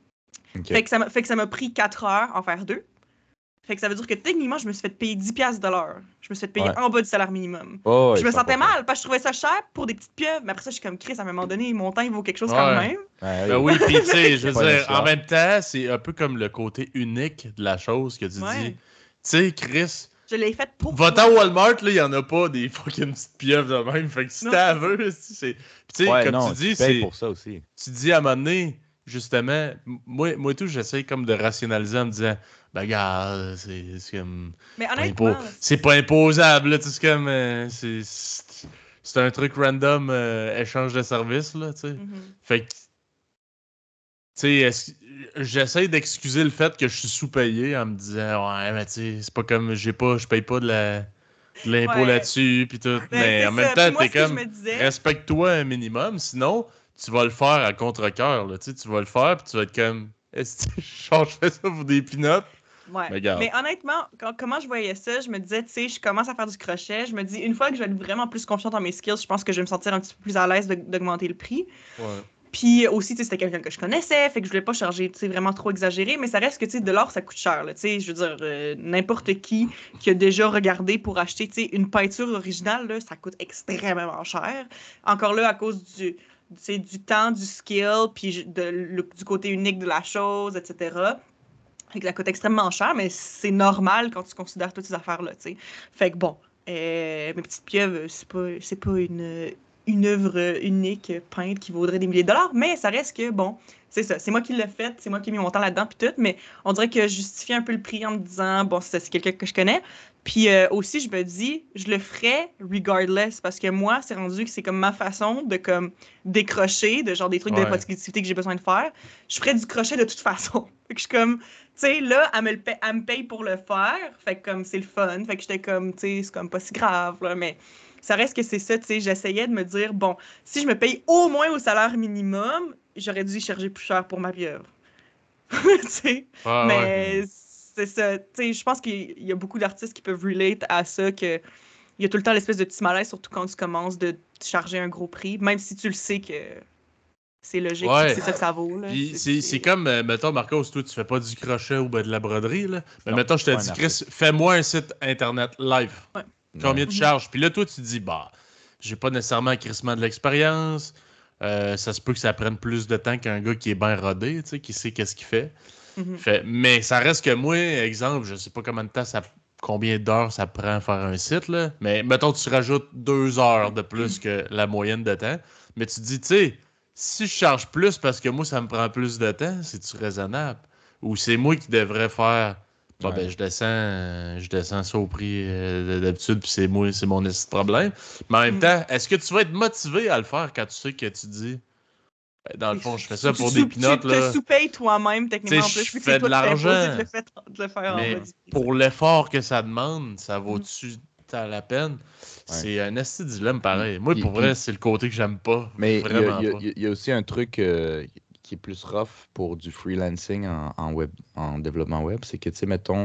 S3: Ok.
S2: Fait que ça m'a, fait que ça m'a pris quatre heures en faire deux. Fait que ça veut dire que techniquement, je me suis fait payer dix piastres de l'heure. Je me suis fait payer
S3: Ouais.
S2: en bas du salaire minimum.
S3: Oh,
S2: je
S3: ouais,
S2: me sentais
S3: cent pour cent.
S2: mal parce que je trouvais ça cher pour des petites pieuvres. Mais après ça, je suis comme Chris, à un moment donné, mon temps, il vaut quelque chose
S1: Ouais.
S2: quand même.
S3: Ouais,
S1: Ben oui, puis tu sais, je veux
S3: Pas
S1: dire,
S3: nécessaire.
S1: en même temps, c'est un peu comme le côté unique de la chose que tu
S2: Ouais.
S1: dis. Tu sais, Chris,
S2: Je l'ai fait pour
S1: va-t'en
S2: toi.
S1: Walmart, là, il y en a pas des fucking petites pieuvres de même. Fait que si
S2: Non,
S1: t'as
S2: c'est ça.
S1: veux, c'est. Puis tu sais,
S3: Ouais,
S1: comme
S3: non,
S1: tu dis,
S3: payes
S1: c'est.
S3: pour ça aussi.
S1: Tu dis à un moment donné, justement, m- moi, moi et tout, j'essaie comme de rationaliser en me disant, ben regarde, c'est c'est comme.
S2: Mais
S1: pas
S2: honnêtement,
S1: impo- C'est pas imposable, là, tu sais, c'est comme. euh, c'est- c'est c'est un truc random, euh, échange de services, là, tu sais.
S2: mhm.
S1: Fait que. Tu sais, est-ce- j'essaie d'excuser le fait que je suis sous-payé en me disant, ouais, mais tu sais, c'est pas comme, j'ai pas, je paye pas de la. de l'impôt
S2: Ouais.
S1: là-dessus, puis tout.
S2: Ben,
S1: Mais
S2: c'est
S1: en même
S2: ça.
S1: temps,
S2: Puis moi,
S1: t'es
S2: ce que je
S1: comme,
S2: me disais-
S1: respecte-toi un minimum, sinon, tu vas le faire à contre-cœur, là, tu sais, tu vas le faire, puis tu vas être comme, est-ce que genre, je fais ça pour des pin-ups?
S2: Ouais.
S1: Mais regarde.
S2: Mais honnêtement, quand- comment je voyais ça, je me disais, tu sais, je commence à faire du crochet. Je me dis, une fois que je vais être vraiment plus confiante en mes skills, je pense que je vais me sentir un petit peu plus à l'aise de- d'augmenter le prix.
S1: Ouais.
S2: Puis aussi, tu sais, c'était quelqu'un que je connaissais, fait que je voulais pas charger, tu sais, vraiment trop exagéré, mais ça reste que, tu sais, de l'or, ça coûte cher, là, tu sais, je veux dire, euh, n'importe qui qui a déjà regardé pour acheter, tu sais, une peinture originale, là, ça coûte extrêmement cher. Encore là, à cause du, tu sais, du temps, du skill, puis de, le- du côté unique de la chose, et cetera. Fait que ça coûte extrêmement cher, mais c'est normal quand tu considères toutes ces affaires-là, tu sais. Fait que bon, euh, mes petites pieuvres, c'est pas, c'est pas une, une œuvre unique peinte qui vaudrait des milliers de dollars, mais ça reste que, bon, c'est ça. C'est moi qui l'ai fait, c'est moi qui ai mis mon temps là-dedans, puis tout, mais on dirait que je justifie un peu le prix en me disant, bon, c'est c'est quelqu'un que je connais. Puis euh, aussi, je me dis, je le ferais regardless, parce que moi, c'est rendu que c'est comme ma façon de comme décrocher de genre des trucs de
S1: Ouais.
S2: productivité que j'ai besoin de faire. Je ferais du crochet de toute façon. Fait que je suis comme, tu sais, là, elle me, le paye, elle me paye pour le faire. Fait que comme c'est le fun. Fait que j'étais comme, tu sais, c'est comme pas si grave, là, mais ça reste que c'est ça, tu sais. J'essayais de me dire, bon, si je me paye au moins au salaire minimum, j'aurais dû y charger plus cher pour ma pieuvre. Tu sais.
S1: Ah ouais.
S2: Mais c'est ça. Tu sais, je pense qu'il y a beaucoup d'artistes qui peuvent relate à ça, que il y a tout le temps l'espèce de petit malaise, surtout quand tu commences de te charger un gros prix, même si tu le sais que c'est logique, puis que
S1: Ouais.
S2: c'est ça que ça vaut, là.
S1: Puis
S2: C'est-
S1: c'est
S2: c'est-
S1: c'est comme, euh, mettons, Marcos, toi, tu fais pas du crochet ou ben de la broderie, là. Mais
S3: Non,
S1: mettons, je te
S3: pas un
S1: dis,
S3: artiste.
S1: Chris, fais-moi un site internet live.
S2: Ouais.
S1: Combien
S3: Ouais.
S1: tu
S2: Mhm.
S1: charges? Puis là, toi, tu te dis, bah, j'ai pas nécessairement crissement de l'expérience. Euh, ça se peut que ça prenne plus de temps qu'un gars qui est bien rodé, tu sais, qui sait qu'est-ce qu'il fait.
S2: Mhm.
S1: Fait. Mais ça reste que moi, exemple, je sais pas combien de temps ça combien d'heures ça prend à faire un site, là. Mais mettons, tu rajoutes deux heures de plus que la moyenne de temps. Mais tu te dis, tu sais, si je charge plus parce que moi, ça me prend plus de temps, c'est-tu raisonnable? Ou c'est moi qui devrais faire. Bon,
S3: Ouais.
S1: ben, je descends, euh, je descends ça au prix euh, d'habitude, puis c'est moi, c'est mon esti de problème. Mais en même
S2: Mm.
S1: temps, est-ce que tu vas être motivé à le faire quand tu sais que tu dis, ben, dans le fond, je fais ça
S2: Tu, tu,
S1: pour des
S2: sous-
S1: pinottes,
S2: tu te
S1: là.
S2: sous-payes toi-même,
S1: Tu sais,
S2: techniquement, en plus,
S1: je
S2: vu que c'est
S1: fais de
S2: toi qui t'es imposé de
S1: l'argent,
S2: le, fait- de le faire en
S1: mais
S2: bas du prix.
S1: pour l'effort que ça demande, ça
S2: Mhm.
S1: vaut-tu à la peine?
S3: Ouais.
S1: C'est un esti dilemme pareil.
S3: Puis-
S1: Moi,
S3: puis-
S1: pour
S3: puis-
S1: vrai, c'est le côté que j'aime pas.
S3: Mais il y a,
S1: Vraiment
S3: il y a-
S1: pas.
S3: il y a aussi un truc euh, qui est plus rough pour du freelancing en, en web, en développement web, c'est que, tu sais, mettons,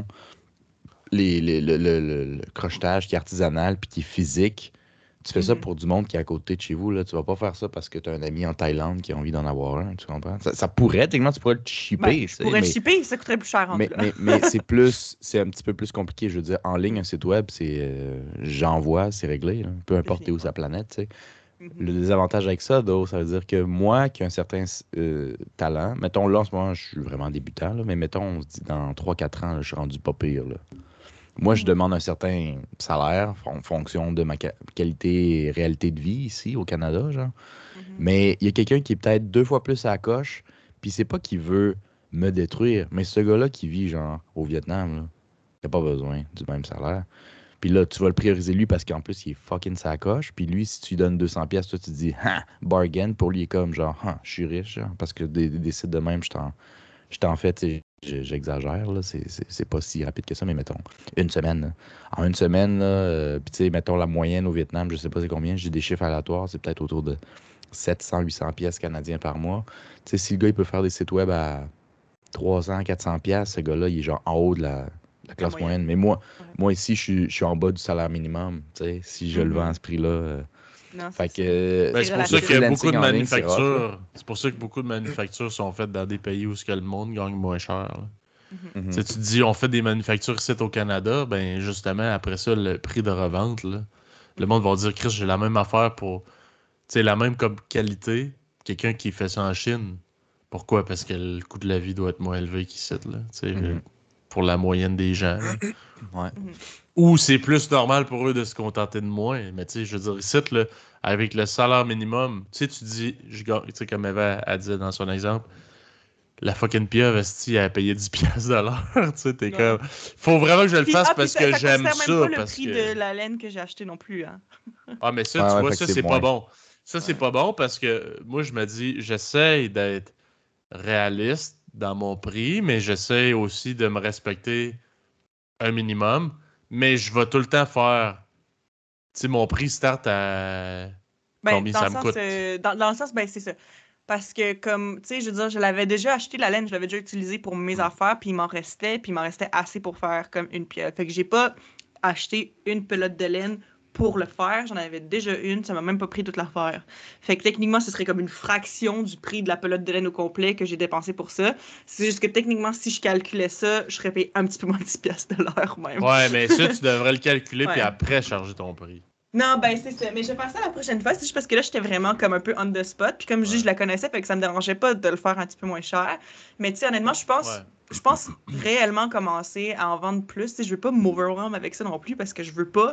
S3: les, les- le, le- le- le crochetage qui est artisanal puis qui est physique, tu fais ça
S2: Mhm.
S3: pour du monde qui est à côté de chez vous. Là. Tu vas pas faire ça parce que tu as un ami en Thaïlande qui a envie d'en avoir un, tu comprends? Ça, ça pourrait, techniquement, tu pourrais le shipper,
S2: Ben,
S3: tu
S2: je
S3: sais,
S2: pourrais le
S3: mais,
S2: shipper, ça coûterait plus cher en
S3: mais,
S2: tout, là.
S3: mais, mais c'est plus, c'est un petit peu plus compliqué. Je veux dire, en ligne, un site web, c'est euh, j'envoie, c'est réglé, là. Peu importe où sa planète, tu sais.
S2: Mhm.
S3: Le désavantage avec ça, though, ça veut dire que moi, qui ai un certain euh, talent, mettons là, en ce moment, je suis vraiment débutant, là, mais mettons, on se dit dans trois quatre ans, là, je suis rendu pas pire. Là. Moi, je
S2: Mhm.
S3: demande un certain salaire en fonction de ma ca- qualité et réalité de vie ici, au Canada, genre.
S2: Mhm.
S3: Mais il y a quelqu'un qui est peut-être deux fois plus à la coche, puis c'est pas qu'il veut me détruire, mais ce gars-là qui vit, genre, au Vietnam, là, il a pas besoin du même salaire. Puis là, tu vas le prioriser lui parce qu'en plus, il est fucking sacoche. Puis lui, si tu lui donnes deux cents pièces, toi, tu te dis, ah, bargain. Pour lui, il est comme genre, ah, je suis riche. Genre, parce que des, des, des sites de même, je t'en, je t'en fais, tu sais, j'- j'exagère, là. C'est, c'est, c'est pas si rapide que ça, mais mettons, une semaine. Là. En une semaine, là, euh, puis tu sais, mettons la moyenne au Vietnam, je sais pas c'est combien, j'ai des chiffres aléatoires, c'est peut-être autour de sept cents, huit cents pièces canadiens par mois. Tu sais, si le gars, il peut faire des sites web à trois cents, quatre cents pièces, ce gars-là, il est genre en haut de la, la classe
S2: moyenne.
S3: moyenne. Mais moi,
S2: Ouais.
S3: moi ici, je suis, je suis en bas du salaire minimum, tu sais, si je le vends à ce prix-là. euh.
S2: Non,
S3: Fait
S2: c'est
S3: que
S2: ça.
S3: euh,
S1: Ben,
S2: C'est
S1: c'est pour ça
S2: relatif.
S1: qu'il y a beaucoup
S3: freelancing
S1: de
S3: en ligne, c'est rough, là.
S1: manufactures. C'est pour ça que beaucoup de manufactures sont faites dans des pays où ce que le monde gagne moins cher. là.
S2: Mhm.
S3: Mhm.
S1: Tu sais, tu te dis, on fait des manufactures ici au Canada, ben justement, après ça, le prix de revente, là, le monde va dire, Chris, j'ai la même affaire pour, tu sais, la même comme qualité, quelqu'un qui fait ça en Chine. Pourquoi? Parce que le coût de la vie doit être moins élevé qu'ici, là, tu sais,
S3: Mhm.
S1: le- pour la moyenne des gens. là.
S3: Ouais.
S2: Mhm.
S1: Ou c'est plus normal pour eux de se contenter de moins. Mais tu sais, je veux dire, ici, là, avec le salaire minimum, tu sais, tu dis, je gagne, tu sais, comme Eva a dit dans son exemple, la fucking pieuvre, esti, elle a payé dix piastres de l'heure. Tu sais, t'es
S2: Ouais.
S1: comme. Faut vraiment que je le
S2: Puis,
S1: fasse
S2: ah, puis
S1: parce
S2: ça,
S1: que
S2: ça
S1: j'aime
S2: considère même
S1: ça.
S2: pas le
S1: Parce
S2: prix
S1: que.
S2: de la laine que j'ai acheté non plus, hein.
S1: Ah, mais ça,
S3: Ouais,
S1: tu
S3: ouais,
S1: vois,
S3: fait que
S1: ça,
S3: c'est
S1: c'est pas
S3: moins.
S1: bon. Ça, c'est
S2: Ouais.
S1: pas bon parce que moi, je me dis, j'essaie d'être réaliste dans mon prix, mais j'essaie aussi de me respecter un minimum. Mais je vais tout le temps faire. Tu sais, mon prix start à
S2: Ben,
S1: combien
S2: dans
S1: ça
S2: le
S1: me
S2: sens,
S1: coûte.
S2: euh, dans, dans le sens, ben, c'est ça. Parce que, comme, tu sais, je veux dire, je l'avais déjà acheté, la laine, je l'avais déjà utilisée pour mes
S1: Mm.
S2: affaires, puis il m'en restait, puis il m'en restait assez pour faire comme une pièce. Fait que j'ai pas acheté une pelote de laine pour le faire. J'en avais déjà une, ça m'a même pas pris toute l'affaire. Fait que techniquement, ce serait comme une fraction du prix de la pelote de laine au complet que j'ai dépensé pour ça. C'est juste que techniquement, si je calculais ça, je serais payé un petit peu moins de dix piastres de l'heure même.
S1: Ouais, mais ça, tu devrais le calculer
S2: Ouais.
S1: puis après charger ton prix.
S2: Non, ben c'est ça. Mais je vais faire ça la prochaine fois. C'est juste parce que là, j'étais vraiment comme un peu on the spot. Puis comme je dis,
S1: Ouais.
S2: je la connaissais, fait que ça me dérangeait pas de le faire un petit peu moins cher. Mais tu sais, honnêtement, je pense,
S1: Ouais.
S2: je pense réellement commencer à en vendre plus. Tu sais, je veux pas m'overwhelm avec ça non plus parce que je veux pas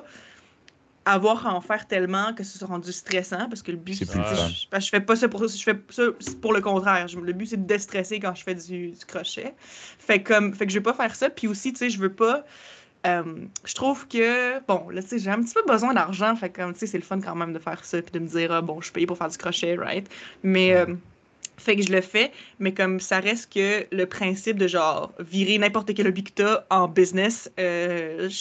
S2: avoir à en faire tellement que ce soit rendu stressant. Parce que le but,
S3: C'est
S2: c'est
S3: plus
S2: tu
S3: le
S2: sais,
S3: fun.
S2: je, parce que je fais pas ça pour ça. Je fais ça pour le contraire. Je- le but, c'est de déstresser quand je fais du, du crochet. Fait comme, fait que je veux pas faire ça. Puis aussi, tu sais, je veux pas. Euh, je trouve que, bon, là, tu sais, j'ai un petit peu besoin d'argent, fait que, comme, tu sais, c'est le fun quand même de faire ça, puis de me dire, ah, bon, je suis payée pour faire du crochet, right? Mais, euh, fait que je le fais, mais comme ça reste que le principe de, genre, virer n'importe quel hobby que t'as en business, euh, je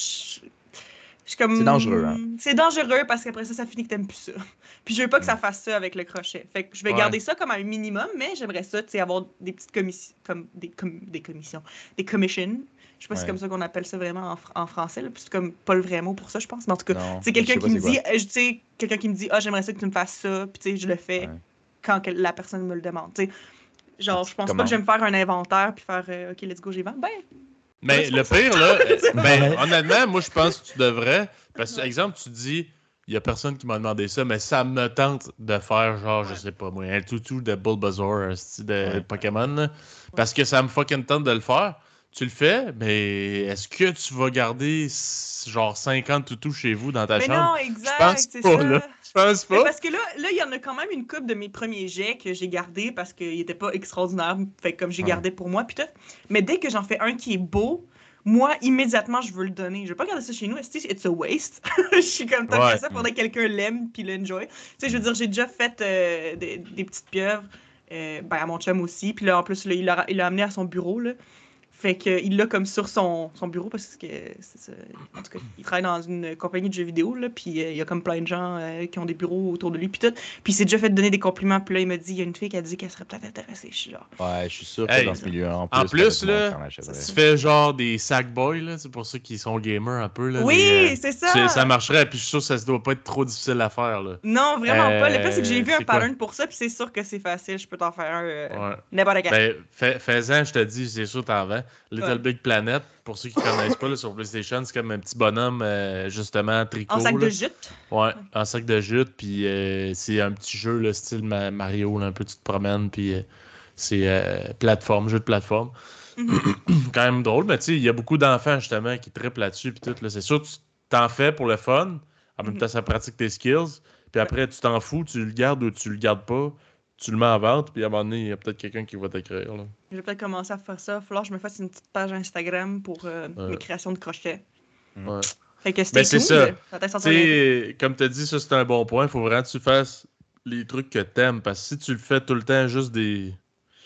S2: je suis comme...
S3: C'est dangereux, hein?
S2: C'est dangereux parce qu'après ça, ça finit que t'aimes plus ça. Puis je veux pas que ça
S3: Mm.
S2: fasse ça avec le crochet. Fait que je vais
S1: Ouais.
S2: garder ça comme un minimum, mais j'aimerais ça, tu sais, avoir des petites commissions, comme des, com- des commissions, des commissions. Je sais pas si c'est
S3: Ouais.
S2: comme ça qu'on appelle ça vraiment en, fr- en français, là, puis c'est comme pas le vrai mot pour ça, je pense. Mais en tout cas,
S3: Non,
S2: tu sais,
S3: je sais
S2: quelqu'un
S3: pas
S2: qui me
S3: c'est quoi.
S2: dit, euh, je- tu sais, quelqu'un qui me dit, ah, j'aimerais ça que tu me fasses ça, puis tu sais, je le fais
S3: Ouais.
S2: quand que la personne me le demande. Tu sais, genre,
S3: Petite
S2: je pense pas
S3: commande.
S2: que j'aime faire un inventaire puis faire, euh, ok, let's go, j'y vends. Ben,
S1: Mais
S2: Ouais,
S1: le
S2: c'est
S1: pire, là, euh, ben,
S3: Ouais.
S1: honnêtement, moi, je pense que tu devrais. Parce que,
S2: Ouais.
S1: exemple, tu dis, il y a personne qui m'a demandé ça, mais ça me tente de faire, genre, je
S2: Ouais.
S1: sais pas, moi, un toutou de Bulbasaur, un style de
S3: Ouais.
S1: Pokémon, là, parce que ça me fucking tente de le faire. Tu le fais, mais est-ce que tu vas garder, s- genre, cinquante toutous chez vous dans ta
S2: mais
S1: chambre?
S2: non,
S1: Je
S2: exact,
S1: pense
S2: c'est
S1: pas,
S2: ça.
S1: là. Je pense
S2: Mais
S1: pas.
S2: parce que là, là, il y en a quand même une couple de mes premiers jets que j'ai gardés parce qu'ils étaient pas extraordinaires. Fait que comme j'ai
S3: Ouais.
S2: gardé pour moi, puis tout. Mais dès que j'en fais un qui est beau, moi, immédiatement, je veux le donner. Je veux pas garder ça chez nous. Est-ce que it's a waste? Je suis comme tant
S1: Ouais.
S2: que ça, faudrait que quelqu'un l'aime puis l'enjoy. Tu sais, je veux dire, j'ai déjà fait euh, des, des petites pieuvres. Euh, ben, à mon chum aussi. Puis là, en plus, là, il l'a il l'a amené à son bureau, là. Fait qu'il l'a comme sur son, son bureau parce que c'est ça. En tout cas, il travaille dans une compagnie de jeux vidéo, là, puis euh, il y a comme plein de gens euh, qui ont des bureaux autour de lui, puis tout. Puis il s'est déjà fait donner des compliments, puis là, il m'a dit, il y a une fille qui a dit qu'elle serait peut-être intéressée. Je suis genre,
S3: Ouais, je suis sûr
S1: Hey,
S3: que dans ce milieu-là, en plus,
S1: En plus,
S3: t'aurais
S1: là,
S3: tout le monde qui en achèterait.
S1: tu fais genre des sackboys, là, c'est pour ceux qui sont gamers un peu, là.
S2: oui,
S1: les, euh,
S2: c'est
S1: tu sais, ça
S2: ça!
S1: marcherait, puis je suis sûr que ça ne doit pas être trop difficile à faire, là.
S2: Non, vraiment pas. Le pire, c'est que j'ai
S1: Euh,
S2: vu un
S1: c'est quoi?
S2: pattern pour ça, puis c'est sûr que c'est facile. Je peux t'en faire un euh,
S1: Ouais.
S2: n'importe quand.
S1: Ben, fais- fais-en, je te dis, c'est sûr, t'en vends. Little
S2: Ouais.
S1: Big Planet, pour ceux qui ne connaissent pas, là, sur PlayStation, c'est comme un petit bonhomme, euh, justement, tricot.
S2: En sac
S1: là.
S2: de jute.
S1: Ouais, en sac de jute, puis euh, c'est un petit jeu, là, style Ma- Mario, là, un peu tu te promènes, puis euh, c'est euh, plateforme, jeu de plateforme.
S2: Mhm.
S1: Quand même drôle, mais tu sais, il y a beaucoup d'enfants, justement, qui trippent là-dessus, puis tout, là. C'est sûr, tu t'en fais pour le fun, en même
S2: Mhm.
S1: temps, ça pratique tes skills, puis après, tu t'en fous, tu le gardes ou tu le gardes pas, tu le mets en vente, puis à un moment donné, il y a peut-être quelqu'un qui va t'écrire, là.
S2: Je vais peut-être commencer à faire ça. Il va falloir que je me fasse une petite page Instagram pour euh,
S1: Ouais.
S2: mes créations de crochets.
S1: Ouais.
S2: Fait que stay
S1: Mais c'est
S2: tuned.
S1: ça.
S2: Ça va peut-être
S1: Tu
S2: sortir bientôt.
S1: sais, comme tu as dit, ça c'est un bon point. Il faut vraiment que tu fasses les trucs que t'aimes. Parce que si tu le fais tout le temps juste des,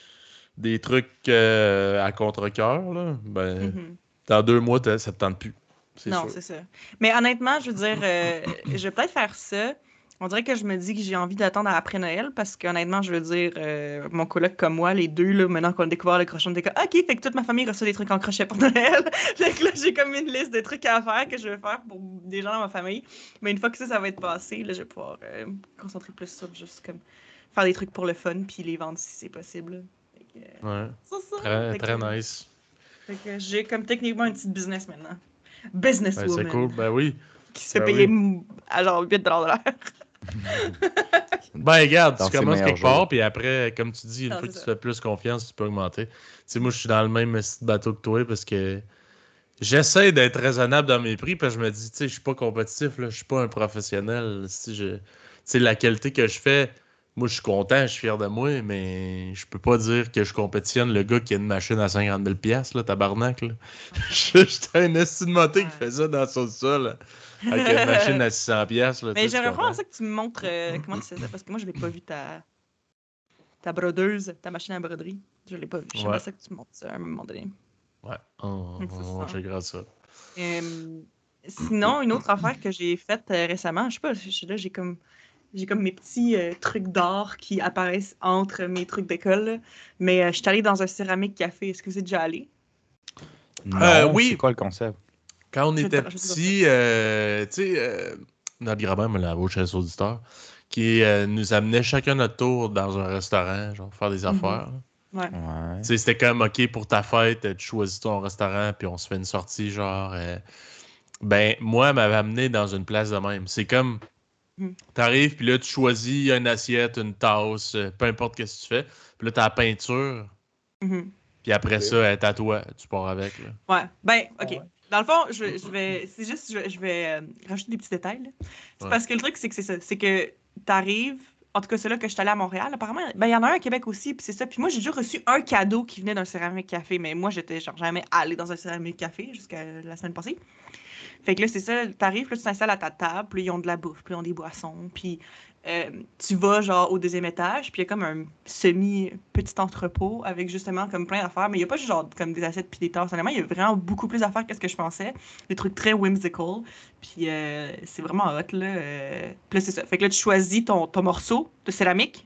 S1: des trucs euh, à contre-cœur, là, ben,
S2: Mhm.
S1: dans deux mois, t'as- ça te tente plus. C'est
S2: Non,
S1: sûr.
S2: c'est ça. Mais honnêtement, je veux dire, euh, je vais peut-être faire ça. On dirait que je me dis que j'ai envie d'attendre après Noël parce qu'honnêtement, je veux dire, euh, mon coloc comme moi, les deux, là, maintenant qu'on a découvert le crochet, on était comme, OK, fait que toute ma famille reçoit des trucs en crochet pour Noël. Fait que là, j'ai comme une liste de trucs à faire que je vais faire pour des gens dans ma famille. Mais une fois que ça, ça va être passé, là, je vais pouvoir euh, me concentrer plus sur juste comme faire des trucs pour le fun puis les vendre si c'est possible. là. Fait que, euh,
S1: Ouais.
S2: c'est ça.
S1: Très,
S2: Fait
S1: très
S2: que-
S1: nice.
S2: Fait que j'ai comme techniquement un petit business maintenant.
S1: Ben,
S2: Businesswoman.
S1: c'est cool. Ben oui.
S2: Qui se fait
S1: Ben
S2: payer
S1: oui.
S2: m- à genre huit dollars de l'heure.
S1: Ben, regarde,
S3: Dans
S1: tu
S3: ses
S1: commences
S3: meilleurs
S1: quelque part,
S3: jours.
S1: puis après, comme tu dis, une
S2: Non,
S1: fois que
S2: c'est
S1: tu
S2: ça.
S1: fais plus confiance, tu peux augmenter. Tu sais, moi, je suis dans le même petit bateau que toi parce que j'essaie d'être raisonnable dans mes prix, parce que je me dis, tu sais, je suis pas compétitif, là, je suis pas un professionnel. Si je... Tu sais, la qualité que je fais, moi, je suis content, je suis fier de moi, mais je peux pas dire que je compétitionne le gars qui a une machine à cinquante mille piastres, là, tabarnak, là. J'étais un esti de moté qui
S2: Ouais.
S1: fait ça dans son sol, avec une machine à six cents piastres, là, tu
S2: Mais
S1: sais, tu
S2: j'aimerais vraiment
S1: comprends?
S2: ça que tu me montres euh, comment tu fais ça, parce que moi, je l'ai pas vu ta... ta brodeuse, ta machine à broderie. Je l'ai pas vu. J'aimerais
S1: Ouais,
S2: ça que tu me montres ça à un moment donné.
S1: ouais, on,
S2: C'est
S1: on
S2: ça.
S1: checkera ça.
S2: Euh, sinon, une autre affaire que j'ai faite euh, récemment, je sais pas, je- là, j'ai comme... J'ai comme mes petits euh, trucs d'art qui apparaissent entre mes trucs d'école. là. Mais euh, je suis allée dans un céramique café. Est-ce que vous êtes déjà allé?
S3: Non,
S1: Euh,
S3: c'est
S1: oui,
S3: quoi le concept?
S1: quand on
S2: Je vais
S1: était
S2: te- je vais te dire
S1: petit, euh, tu sais, euh, notre grand-mère, mais la vos chers auditeurs, qui euh, nous amenait chacun notre tour dans un restaurant, genre faire des affaires.
S2: Mm-hmm. Ouais.
S3: Ouais.
S1: Tu sais, c'était comme, OK, pour ta fête, tu choisis ton restaurant, puis on se fait une sortie, genre... euh, Ben, moi, elle m'avait amené dans une place de même. C'est comme,
S2: Mm.
S1: t'arrives, puis là, tu choisis une assiette, une tasse, euh, peu importe ce que tu fais. Puis là, t'as la peinture,
S2: Mhm.
S1: puis après
S3: Ok.
S1: ça, elle est à toi. Tu pars avec, là.
S2: Ouais. Ben, OK.
S3: Ouais.
S2: Dans le fond, je, je vais. C'est juste, je, je vais euh, rajouter des petits détails. là. C'est
S1: Ouais.
S2: parce que le truc, c'est que c'est ça. C'est que t'arrives. En tout cas, c'est là que je suis allée à Montréal. Apparemment, ben, il y en a un à Québec aussi, puis c'est ça. Puis moi, j'ai déjà reçu un cadeau qui venait d'un céramique café, mais moi, j'étais genre jamais allée dans un céramique café jusqu'à la semaine passée. Fait que là, c'est ça, t'arrives, puis là, tu t'installes à ta table, puis là, ils ont de la bouffe, puis là, ils ont des boissons, puis euh, tu vas, genre, au deuxième étage, puis il y a comme un semi-petit entrepôt avec, justement, comme plein d'affaires, mais il y a pas juste, genre, comme des assiettes puis des tasses. Honnêtement, il y a vraiment beaucoup plus d'affaires que ce que je pensais. Des trucs très whimsical, puis euh, c'est vraiment hot, là. euh. Puis là, c'est ça. Fait que là, tu choisis ton, ton morceau de céramique,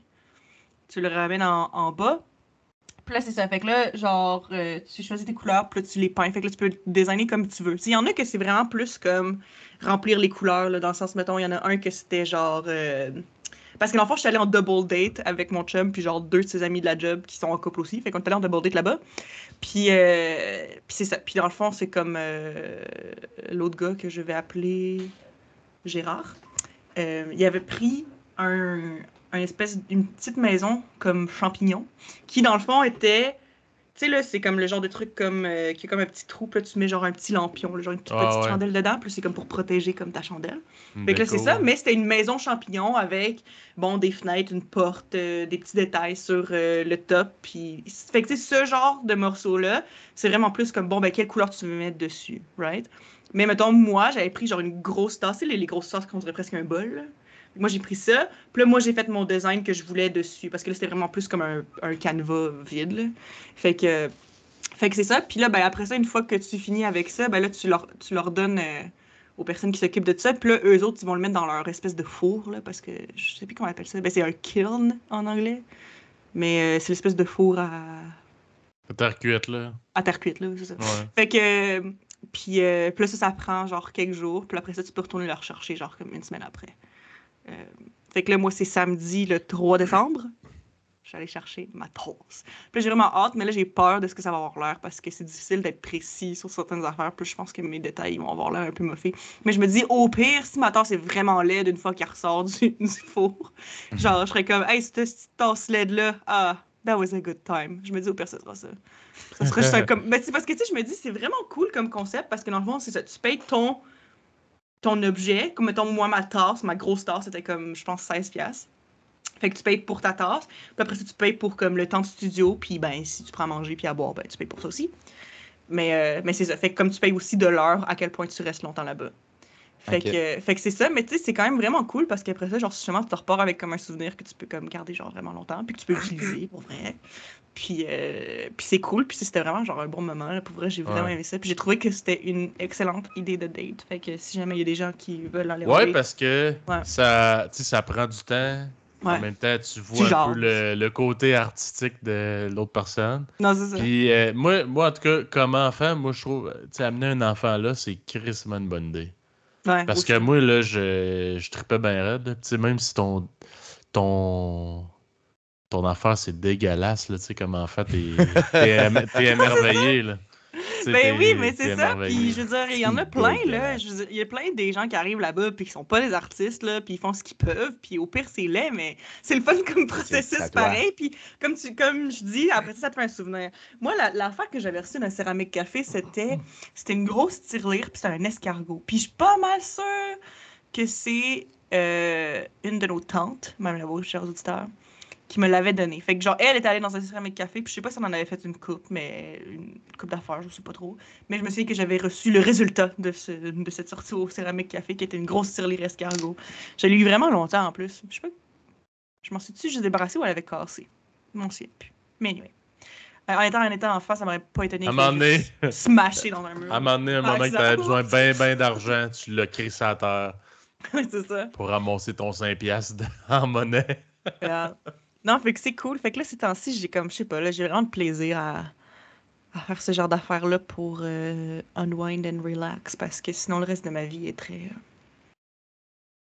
S2: tu le ramènes en, en bas, puis là, c'est ça. Fait que là, genre, euh, tu choisis tes couleurs, puis là, tu les peins. Fait que là, tu peux designer comme tu veux. Il y en a que c'est vraiment plus comme remplir les couleurs, là, dans le sens, mettons, il y en a un que c'était genre. euh, Parce que dans le fond, je suis allée en double date avec mon chum, puis genre deux de ses amis de la job qui sont en couple aussi. Fait qu'on est allé en double date là-bas. Puis, euh, puis c'est ça. Puis dans le fond, c'est comme euh, l'autre gars que je vais appeler Gérard. Euh, il avait pris un, un espèce d'une petite maison comme champignon qui, dans le fond, était. Tu sais, là, c'est comme le genre de truc comme euh, qui a comme un petit trou, puis là, tu mets genre un petit lampion, là, genre une toute
S1: Ah
S2: petite
S1: ouais.
S2: chandelle dedans, puis là, c'est comme pour protéger comme ta chandelle.
S1: Une
S2: Fait que là, c'est
S1: déco.
S2: ça, mais c'était une maison champignon avec, bon, des fenêtres, une porte, euh, des petits détails sur euh, le top, puis... Fait que, tu sais, ce genre de morceau-là, c'est vraiment plus comme, bon, ben, quelle couleur tu veux mettre dessus, right? Mais mettons, moi, j'avais pris genre une grosse tasse, tu sais, les, les grosses tasses qu'on dirait presque un bol, là. Moi, j'ai pris ça, puis là, moi, j'ai fait mon design que je voulais dessus, parce que là, c'était vraiment plus comme un, un canevas vide, là. Fait que... Fait que c'est ça. Puis là, ben, après ça, une fois que tu finis avec ça, ben là, tu leur, tu leur donnes euh, aux personnes qui s'occupent de ça. Puis là, eux autres, ils vont le mettre dans leur espèce de four, là, parce que je sais plus comment on appelle ça. Ben, c'est un kiln en anglais. Mais euh, c'est l'espèce de four à,
S1: Terre cuite, là.
S2: à terre cuite, là, c'est ça.
S1: Ouais.
S2: Fait que. euh, puis, euh, puis là, ça, ça prend genre quelques jours. Puis après ça, tu peux retourner le rechercher, genre comme une semaine après. Euh, fait que là, moi, c'est samedi le trois décembre. Je suis allée chercher ma tasse. Puis là, j'ai vraiment hâte, mais là, j'ai peur de ce que ça va avoir l'air parce que c'est difficile d'être précis sur certaines affaires. Puis je pense que mes détails vont avoir l'air un peu moffés. Mais je me dis, au pire, si ma tasse est vraiment laide une fois qu'elle ressort du, du four, genre, je serais comme, hey, cette petite tasse laide-là, ah, that was a good time. Je me dis, au pire, ce sera ça. Ça serait juste un comme. Mais c'est parce que, tu sais, je me dis, c'est vraiment cool comme concept parce que dans le fond, c'est ça. Tu payes ton, ton objet, comme mettons, moi, ma tasse, ma grosse tasse, c'était comme, je pense, seize piastres. Fait que tu payes pour ta tasse, puis après ça, tu payes pour comme le temps de studio, puis ben, si tu prends à manger puis à boire, ben, tu payes pour ça aussi. Mais, euh, mais c'est ça. Fait que comme tu payes aussi de l'heure, à quel point tu restes longtemps là-bas. Fait
S3: Ok.
S2: que, fait que c'est ça, mais tu sais, c'est quand même vraiment cool parce qu'après ça, genre, justement, tu te repars avec comme un souvenir que tu peux comme garder genre vraiment longtemps, puis que tu peux utiliser pour vrai. Puis, euh, puis c'est cool, puis c'était vraiment genre un bon moment. Là, pour vrai, j'ai vraiment
S1: Ouais.
S2: aimé ça. Puis j'ai trouvé que c'était une excellente idée de date. Fait que si jamais il y a des gens qui veulent aller en
S1: Ouais,
S2: date,
S1: parce que
S2: Ouais.
S1: ça, tu sais, ça prend du temps. En
S2: ouais.
S1: même temps, tu vois
S2: Tu
S1: un peu
S2: jases.
S1: le, le côté artistique de l'autre personne.
S2: Non, c'est ça.
S1: Puis euh, moi, moi, en tout cas, comme enfant, moi, je trouve, euh, tu sais, amener un enfant là, c'est crissement une bonne idée.
S2: Ouais,
S1: Parce
S2: aussi.
S1: que moi, là, je, je tripais bien raide, là. Tu sais, même si ton, ton, ton affaire, c'est dégueulasse, là, tu sais, comme enfant, t'es, t'es, émer- t'es émerveillé, là. Tu sais,
S2: Ben oui,
S1: t'es,
S2: mais
S1: t'es
S2: c'est ça. Puis
S1: émerveillé.
S2: je veux dire, il y en a
S3: C'est
S2: plein, là.
S3: dégueulasse.
S2: Je veux dire, il y a plein des gens qui arrivent là-bas puis qui sont pas des artistes, là, puis ils font ce qu'ils peuvent. Puis au pire, c'est laid, mais c'est le fun comme
S3: C'est
S2: processus
S3: à toi.
S2: pareil. Puis comme, tu, comme je dis, après ça, ça te fait un souvenir. Moi, la, l'affaire que j'avais reçue d'un céramique café, c'était, c'était une grosse tirelire puis c'était un escargot. Puis je suis pas mal sûre que c'est euh, une de nos tantes, même la vôtre, chers auditeurs, qui me l'avait donné. Fait que genre, elle est allée dans un céramique café, puis je sais pas si on en avait fait une coupe, mais une coupe d'affaires, je sais pas trop. Mais je me souviens que j'avais reçu le résultat de, ce, de cette sortie au céramique café, qui était une grosse tirelire escargot. Je l'ai eu vraiment longtemps en plus. Je sais pas, je m'en suis-tu juste débarrassée ou elle avait cassé? Je m'en souviens plus. Mais anyway. Euh, en étant, en étant enfant, ça m'aurait pas étonné
S1: À un
S2: qu'elle ait
S1: moment donné,
S2: juste smashé dans un mur.
S1: à un moment donné, un
S2: Par
S1: moment que
S2: exemple.
S1: t'avais besoin ben, ben d'argent, tu l'as crissé à terre
S2: Ouais, c'est ça.
S1: pour ramasser ton cinq piastres de- en monnaie.
S2: Yeah. Non, fait que c'est cool. Fait que là, ces temps-ci, j'ai comme, je sais pas, là, j'ai vraiment de plaisir à, à faire ce genre d'affaires-là pour euh, unwind and relax parce que sinon le reste de ma vie est très, euh,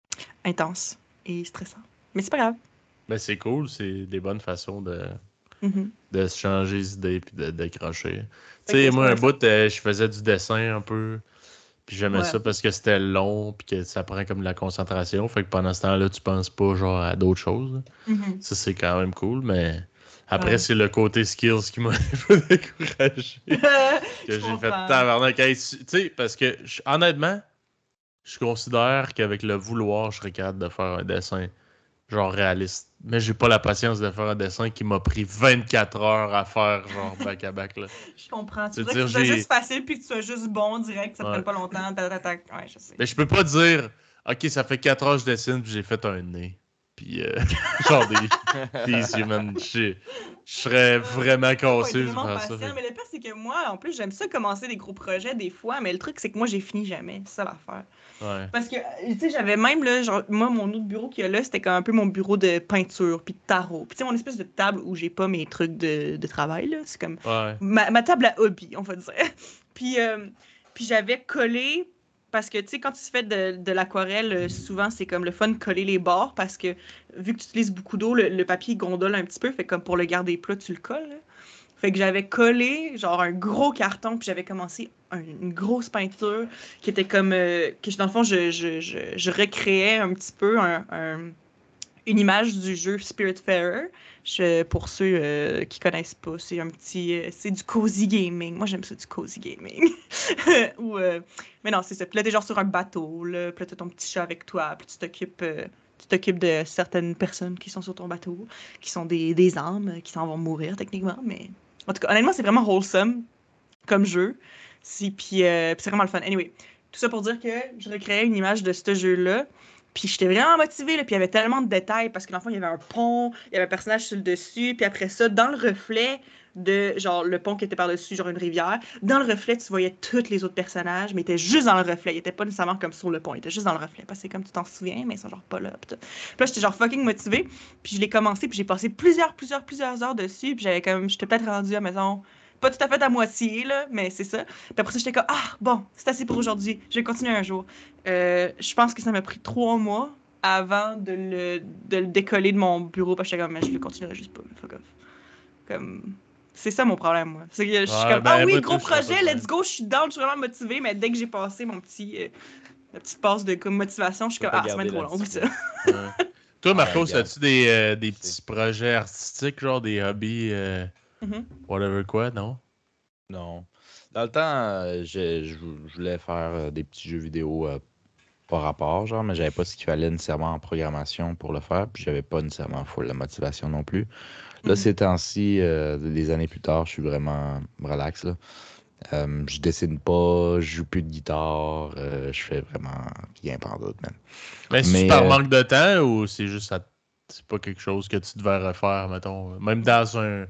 S2: intense et stressant. Mais c'est pas grave.
S1: Ben, c'est cool, c'est des bonnes façons de,
S2: mm-hmm.
S1: de se changer les idées et de décrocher. Tu sais, moi, un bout, euh, je faisais du dessin un peu. Puis j'aimais ouais. ça parce que c'était long puis que ça prend comme de la concentration. Fait que pendant ce temps-là, tu penses pas genre à d'autres choses.
S2: Mm-hmm.
S1: Ça, c'est quand même cool, mais après, ouais. c'est le côté skills qui m'a un peu découragé. que j'ai fait tabarnak. Tu sais, parce que honnêtement, je considère qu'avec le vouloir, je serais capable de faire un dessin genre réaliste. Mais j'ai pas la patience de faire un dessin qui m'a pris vingt-quatre heures à faire, genre back-à-back. Là.
S2: Je comprends. Tu veux dire que c'est juste facile puis que tu sois juste bon direct, ça
S1: ouais.
S2: prenne pas longtemps. Ouais, je sais.
S1: Mais je peux pas dire, OK, ça fait quatre heures que je dessine puis j'ai fait un nez. Puis, euh, genre des, des yeux, man. Je, je serais vraiment cassé.
S2: Vraiment patient, ça, fait... Mais le pire, c'est que moi, en plus, j'aime ça commencer des gros projets des fois, mais le truc, c'est que moi, j'ai fini jamais. C'est ça l'affaire.
S1: Ouais.
S2: Parce que, tu sais, j'avais même, là, genre, moi, mon autre bureau qu'il y a là, c'était comme un peu mon bureau de peinture, puis de tarot. Puis, tu sais, mon espèce de table où j'ai pas mes trucs de, de travail, là. C'est comme
S1: ouais.
S2: ma, ma table à hobby, on va dire. puis, euh, puis j'avais collé, parce que, tu sais, quand tu fais de, de l'aquarelle, souvent, c'est comme le fun de coller les bords, parce que, vu que tu utilises beaucoup d'eau, le, le papier gondole un petit peu, fait comme pour le garder plat, tu le colles, là. Fait que j'avais collé, genre, un gros carton, puis j'avais commencé un, une grosse peinture qui était comme... Euh, que dans le fond, je, je, je, je recréais un petit peu un, un, une image du jeu Spiritfarer. Je, pour ceux euh, qui connaissent pas, c'est un petit... Euh, c'est du cozy gaming. Moi, j'aime ça, du cozy gaming. Ou, euh, mais non, c'est ça. Puis là, t'es genre sur un bateau, là, puis là, t'as ton petit chat avec toi, puis tu t'occupes... Euh, tu t'occupes de certaines personnes qui sont sur ton bateau, qui sont des, des âmes, qui s'en vont mourir, techniquement, mais... En tout cas, honnêtement, c'est vraiment wholesome comme jeu. Si, puis, euh, puis c'est vraiment le fun. Anyway, tout ça pour dire que je recréais une image de ce jeu-là. Puis j'étais vraiment motivée. Là, puis il y avait tellement de détails parce que dans le fond, il y avait un pont, il y avait un personnage sur le dessus. Puis après ça, dans le reflet de genre le pont qui était par-dessus, genre une rivière, dans le reflet, tu voyais tous les autres personnages, mais ils étaient juste dans le reflet. Ils étaient pas nécessairement comme sur le pont, ils étaient juste dans le reflet. Parce que c'est comme tu t'en souviens, mais ils sont genre pas là. Puis, puis là, j'étais genre fucking motivée. Puis je l'ai commencé, puis j'ai passé plusieurs, plusieurs, plusieurs heures dessus. Puis j'avais comme, j'étais peut-être rendue à la maison. Pas tout à fait à moitié, là, mais c'est ça. Puis après ça, j'étais comme, ah, bon, c'est assez pour aujourd'hui. Je vais continuer un jour. Euh, je pense que ça m'a pris trois mois avant de le, de le décoller de mon bureau. Parce que j'étais comme, mais je le continuerai juste pas. Fuck off. Comme, c'est ça mon problème, moi. C'est que je suis ouais, comme, ben, ah oui, gros projet, let's go, je suis down, je suis vraiment motivée. Mais dès que j'ai passé mon petit, euh, ma petite passe de comme, motivation, je suis comme, ah, ça va être trop long, ça.
S1: Ouais. Toi, Marcos, ouais, as-tu des, euh, des petits projets artistiques, genre des hobbies? Euh... Mm-hmm. Whatever quoi, non?
S3: Non. Dans le temps, euh, je, je, je voulais faire euh, des petits jeux vidéo euh, par rapport, genre, mais j'avais pas ce qu'il fallait nécessairement en programmation pour le faire, puis j'avais pas nécessairement full la motivation non plus. Là, mm-hmm. ces temps-ci, euh, des années plus tard, je suis vraiment relax, là. Euh, je dessine pas, je joue plus de guitare, euh, je fais vraiment rien pendant d'autres, man.
S1: Mais c'est par euh... manque de temps ou c'est juste ça, c'est pas quelque chose que tu devais refaire, mettons, même dans un...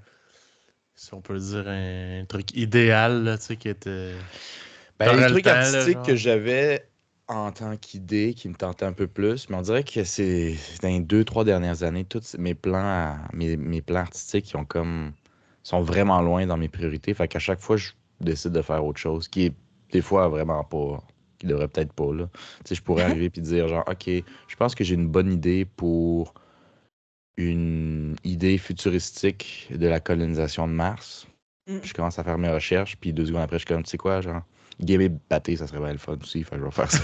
S1: Si on peut dire un truc idéal, là, tu sais, qui était...
S3: Ben, les trucs artistiques que j'avais en tant qu'idée, qui me tentaient un peu plus, mais on dirait que c'est dans les deux, trois dernières années, tous mes plans, à... mes, mes plans artistiques qui ont comme... sont vraiment loin dans mes priorités. Fait qu'à chaque fois, je décide de faire autre chose, qui est des fois vraiment pas... qui devrait peut-être pas, là. Tu sais, je pourrais arriver et dire genre, OK, je pense que j'ai une bonne idée pour... une idée futuristique de la colonisation de Mars. Mm. Je commence à faire mes recherches, puis deux secondes après, je suis comme, tu sais quoi, genre, gamer batté, ça serait bien le fun aussi, fait que je vais faire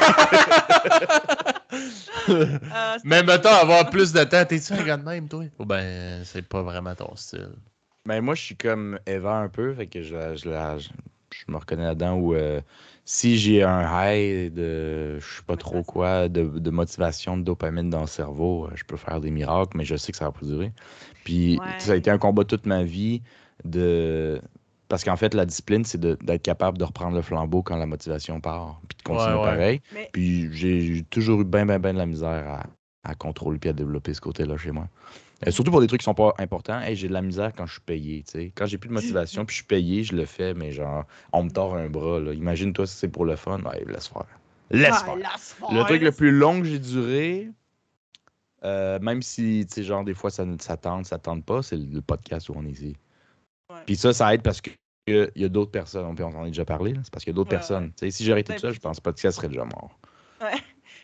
S1: ça. euh, Mais mettons, avoir plus de temps, t'es-tu un gars de même, toi? Ou ben, c'est pas vraiment ton style?
S3: Ben, moi, je suis comme Eva un peu, fait que je, je, je, je me reconnais là-dedans où euh, si j'ai un high de, je sais pas trop quoi, de, de motivation, de dopamine dans le cerveau, je peux faire des miracles, mais je sais que ça va pas durer. Puis ouais. Ça a été un combat toute ma vie de... Parce qu'en fait, la discipline, c'est de, d'être capable de reprendre le flambeau quand la motivation part, puis de continuer ouais, ouais. pareil. Mais... Puis j'ai toujours eu bien, bien, bien de la misère à, à contrôler puis à développer ce côté-là chez moi. Euh, surtout pour des trucs qui sont pas importants. Hey, j'ai de la misère quand je suis payé, tu sais. Quand j'ai plus de motivation puis je suis payé, je le fais, mais genre, on me tord un bras, là. Imagine-toi si c'est pour le fun. Ouais, laisse faire. Laisse, ah, faire. laisse faire. Le truc laisse... le plus long que j'ai duré, euh, même si, tu sais, genre, des fois, ça, ça tente, ça tente pas, c'est le podcast où on est ici. Ouais. Puis ça, ça aide parce que il y a d'autres personnes, on en a déjà parlé, là. C'est parce qu'il y a d'autres ouais, personnes. Ouais. Si j'aurais été tout seul, je pense pas que ça serait déjà mort.
S2: Ouais.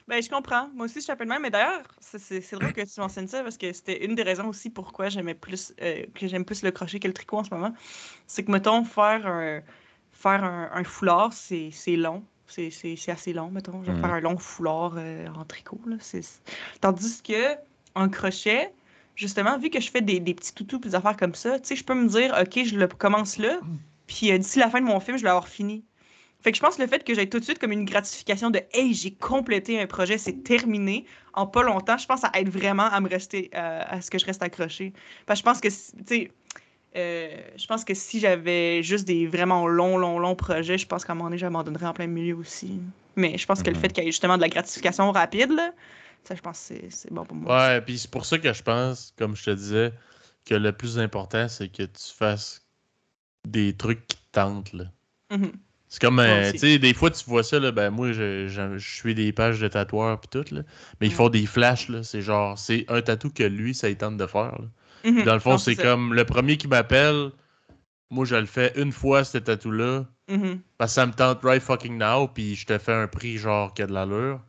S2: Ben, je comprends. Moi aussi, je suis un peu de même. Mais d'ailleurs, c'est, c'est, c'est drôle que tu mentionnes ça parce que c'était une des raisons aussi pourquoi j'aimais plus, euh, que j'aime plus le crochet que le tricot en ce moment. C'est que, mettons, faire un, faire un, un foulard, c'est, c'est long. C'est, c'est, c'est assez long, mettons. Genre, faire
S3: Mhm.
S2: un long foulard euh, en tricot, là. C'est... Tandis que, en crochet, justement, vu que je fais des, des petits toutous et des affaires comme ça, tu sais, je peux me dire, OK, je le commence là, puis euh, d'ici la fin de mon film, je vais avoir fini. Fait que je pense que le fait que j'ai tout de suite comme une gratification de hey, j'ai complété un projet, c'est terminé en pas longtemps, je pense que ça aide vraiment à me rester euh, à ce que je reste accroché. Parce que je pense que tu sais euh, je pense que si j'avais juste des vraiment longs longs longs projets, je pense qu'à un moment donné, j'abandonnerais en plein milieu aussi. Mais je pense que le fait
S3: Mhm.
S2: qu'il y ait justement de la gratification rapide là, ça je pense que c'est c'est bon pour moi aussi.
S1: Ouais, puis c'est pour ça que je pense, comme je te disais, que le plus important, c'est que tu fasses des trucs qui te tentent, là.
S2: Mhm.
S1: C'est comme,
S2: Moi
S1: euh, tu
S2: aussi.
S1: sais, des fois, tu vois ça, là, ben moi, je, je, je suis des pages de tatoueurs pis tout, là, mais ils
S2: Mhm.
S1: font des flashs, là, c'est genre, c'est un tatou que lui, ça il tente de faire, là. Puis
S2: Mhm.
S1: dans le fond,
S2: Non, c'est
S1: c'est
S2: ça.
S1: comme, le premier qui m'appelle, moi, je le fais une fois, ce tatou-là,
S2: Mhm.
S1: parce que ça me tente right fucking now, puis je te fais un prix, genre, qui a de l'allure.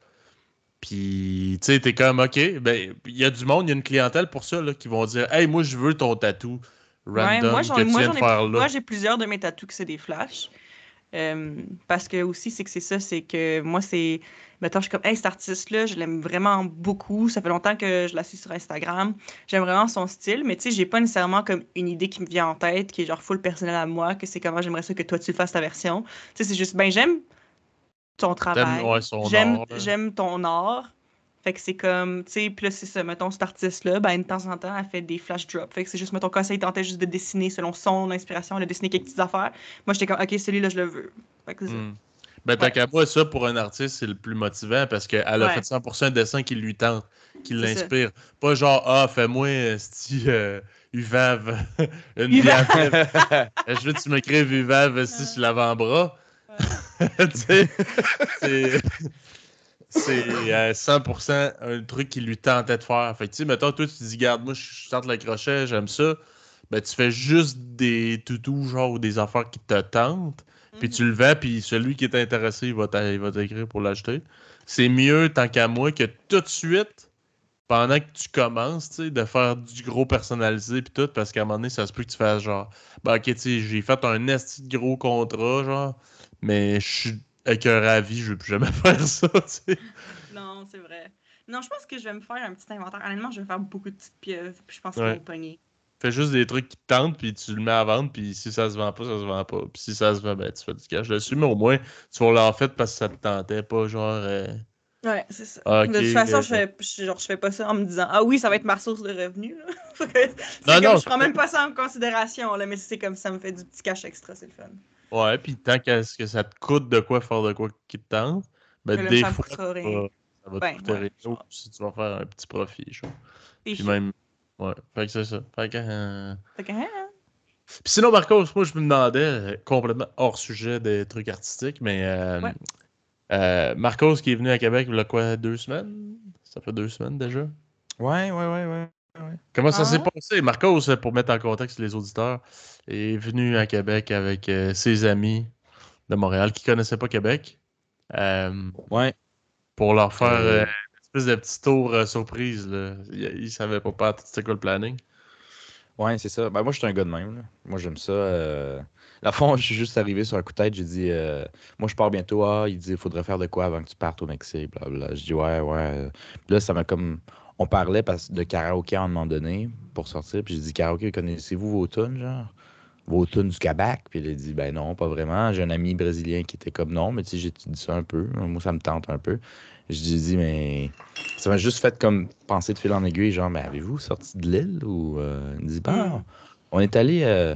S1: Puis, tu sais, t'es comme, OK, ben, il y a du monde, il y a une clientèle pour ça, là, qui vont dire, hey, moi, je veux ton tatou
S2: Ouais, moi
S1: random
S2: j'en
S1: que
S2: ai,
S1: tu
S2: moi
S1: viens
S2: j'en
S1: de
S2: ai,
S1: faire là.
S2: moi j'ai plusieurs de mes tatous que c'est des flashs. Euh, parce que aussi, c'est que c'est ça, c'est que moi, c'est. Mettons, je suis comme, hey, cet artiste-là, je l'aime vraiment beaucoup. Ça fait longtemps que je la suis sur Instagram. J'aime vraiment son style, mais tu sais, j'ai pas nécessairement comme une idée qui me vient en tête, qui est genre full personnelle à moi, que c'est comment j'aimerais ça que toi tu le fasses ta version. Tu sais, c'est juste, ben, j'aime ton
S1: T'aimes,
S2: travail,
S1: ouais, son
S2: j'aime
S1: art, là.
S2: j'aime ton art. Fait que c'est comme, tu sais, puis là, c'est ça, mettons, cet artiste-là, ben, de temps en temps, elle fait des flash drops. Fait que c'est juste, mettons, quand ça, il tentait juste de dessiner selon son inspiration, elle a dessiné quelques petites affaires. Moi, j'étais comme, OK, celui-là, je le veux. Fait que c'est ça.
S1: Hmm. Ben, tant
S2: Ouais.
S1: qu'à moi, ça, pour un artiste, c'est le plus motivant parce qu'elle a fait
S2: Ouais,
S1: cent pour cent un dessin qui lui tente, qui
S2: c'est ça.
S1: l'inspire. Pas genre, ah, fais-moi, sti, euh, Uvav, une
S2: Il
S1: vie
S2: va.
S1: à vivre. Je veux que tu m'écrives Uvav si
S2: Euh,
S1: sur l'avant-bras.
S2: ouais.
S1: Tu sais, c'est. C'est euh, cent pour cent un truc qui lui tentait de faire. Fait que, tu sais, mettons, toi, tu te dis, garde, moi, je tente le crochet, j'aime ça. Ben, tu fais juste des toutous, genre, ou des affaires qui te tentent. Puis tu le
S2: Mhm.
S1: vends, puis celui qui est intéressé, il va t'a- il va t'écrire pour l'acheter. C'est mieux, tant qu'à moi, que tout de suite, pendant que tu commences, tu sais, de faire du gros personnalisé, puis tout, parce qu'à un moment donné, ça se peut que tu fasses genre, ben, ok, tu sais, j'ai fait un esti de gros contrat, genre, mais je suis écœuré à vie, je veux plus jamais faire ça, tu sais.
S2: Non, c'est vrai. Non, je pense que je vais me faire un petit inventaire. Honnêtement, je vais faire beaucoup de petites pieuvres, puis je pense qu'ils vont
S1: Ouais.
S2: pogner.
S1: Fais juste des trucs qui te tentent, puis tu le mets à vendre, puis si ça se vend pas, ça se vend pas. Puis si ça se vend, ben tu fais du cash dessus, mais au moins, tu vas l'avoir fait parce que ça te tentait pas, genre, euh,
S2: Ouais, c'est ça.
S1: ah,
S2: De
S1: ok.
S2: toute façon,
S1: euh,
S2: je fais, je, genre, je fais pas ça en me disant ah oui, ça va être ma source de revenus, là. C'est
S1: Non,
S2: comme
S1: non,
S2: je prends même pas ça en considération, là, mais c'est comme ça me fait du petit cash extra, c'est le fun.
S1: ouais, puis tant qu'à ce que ça te coûte de quoi faire de quoi qui te tente, ben
S2: Mais là,
S1: des
S2: ça me
S1: fois,
S2: coûtera
S1: ça
S2: rien.
S1: va, ça va te
S2: Ben,
S1: coûter
S2: ouais,
S1: rien
S2: je
S1: ou
S2: pense.
S1: si tu vas faire un petit profit, genre.
S2: C'est
S1: Puis
S2: chaud.
S1: même, ouais, fait que c'est ça. Fait que, euh,
S2: Fait que, hein?
S1: Puis sinon, Marcos, moi, je me demandais, euh, complètement hors sujet des trucs artistiques, mais euh,
S2: Ouais.
S1: euh, Marcos qui est venu à Québec il y a quoi, deux semaines? Ça fait deux semaines déjà?
S3: Ouais, ouais, ouais, ouais. ouais.
S1: Comment ça s'est
S2: Ah,
S1: passé? Marcos, pour mettre en contexte les auditeurs, est venu à Québec avec euh, ses amis de Montréal qui connaissaient pas Québec euh,
S3: Ouais.
S1: pour leur faire euh,
S3: Euh,
S1: une espèce de petit tour euh, surprise. Là. Ils, ils savaient pas pas c'était quoi le planning.
S3: ouais, c'est ça. Ben, moi, je suis un gars de même, là. Moi, j'aime ça. Euh... La fond, je suis juste arrivé sur un coup de tête. J'ai dit, euh, moi, je pars bientôt. Ah, il dit, il faudrait faire de quoi avant que tu partes au Mexique, blablabla. Je dis, ouais, ouais. Puis là, ça m'a comme. On parlait parce... de karaoké à un moment donné pour sortir. Puis j'ai dit, karaoké, connaissez-vous vos tunes, genre? Vos tunes du Québec? Puis il a dit, ben non, pas vraiment. J'ai un ami brésilien qui était comme non, mais tu sais, j'ai dit ça un peu. Moi, ça me tente un peu. Je lui ai dit, mais ça m'a juste fait comme penser de fil en aiguille, genre, mais avez-vous sorti de l'île? Ou euh, il dit, bah,
S2: hmm.
S3: on est allé euh,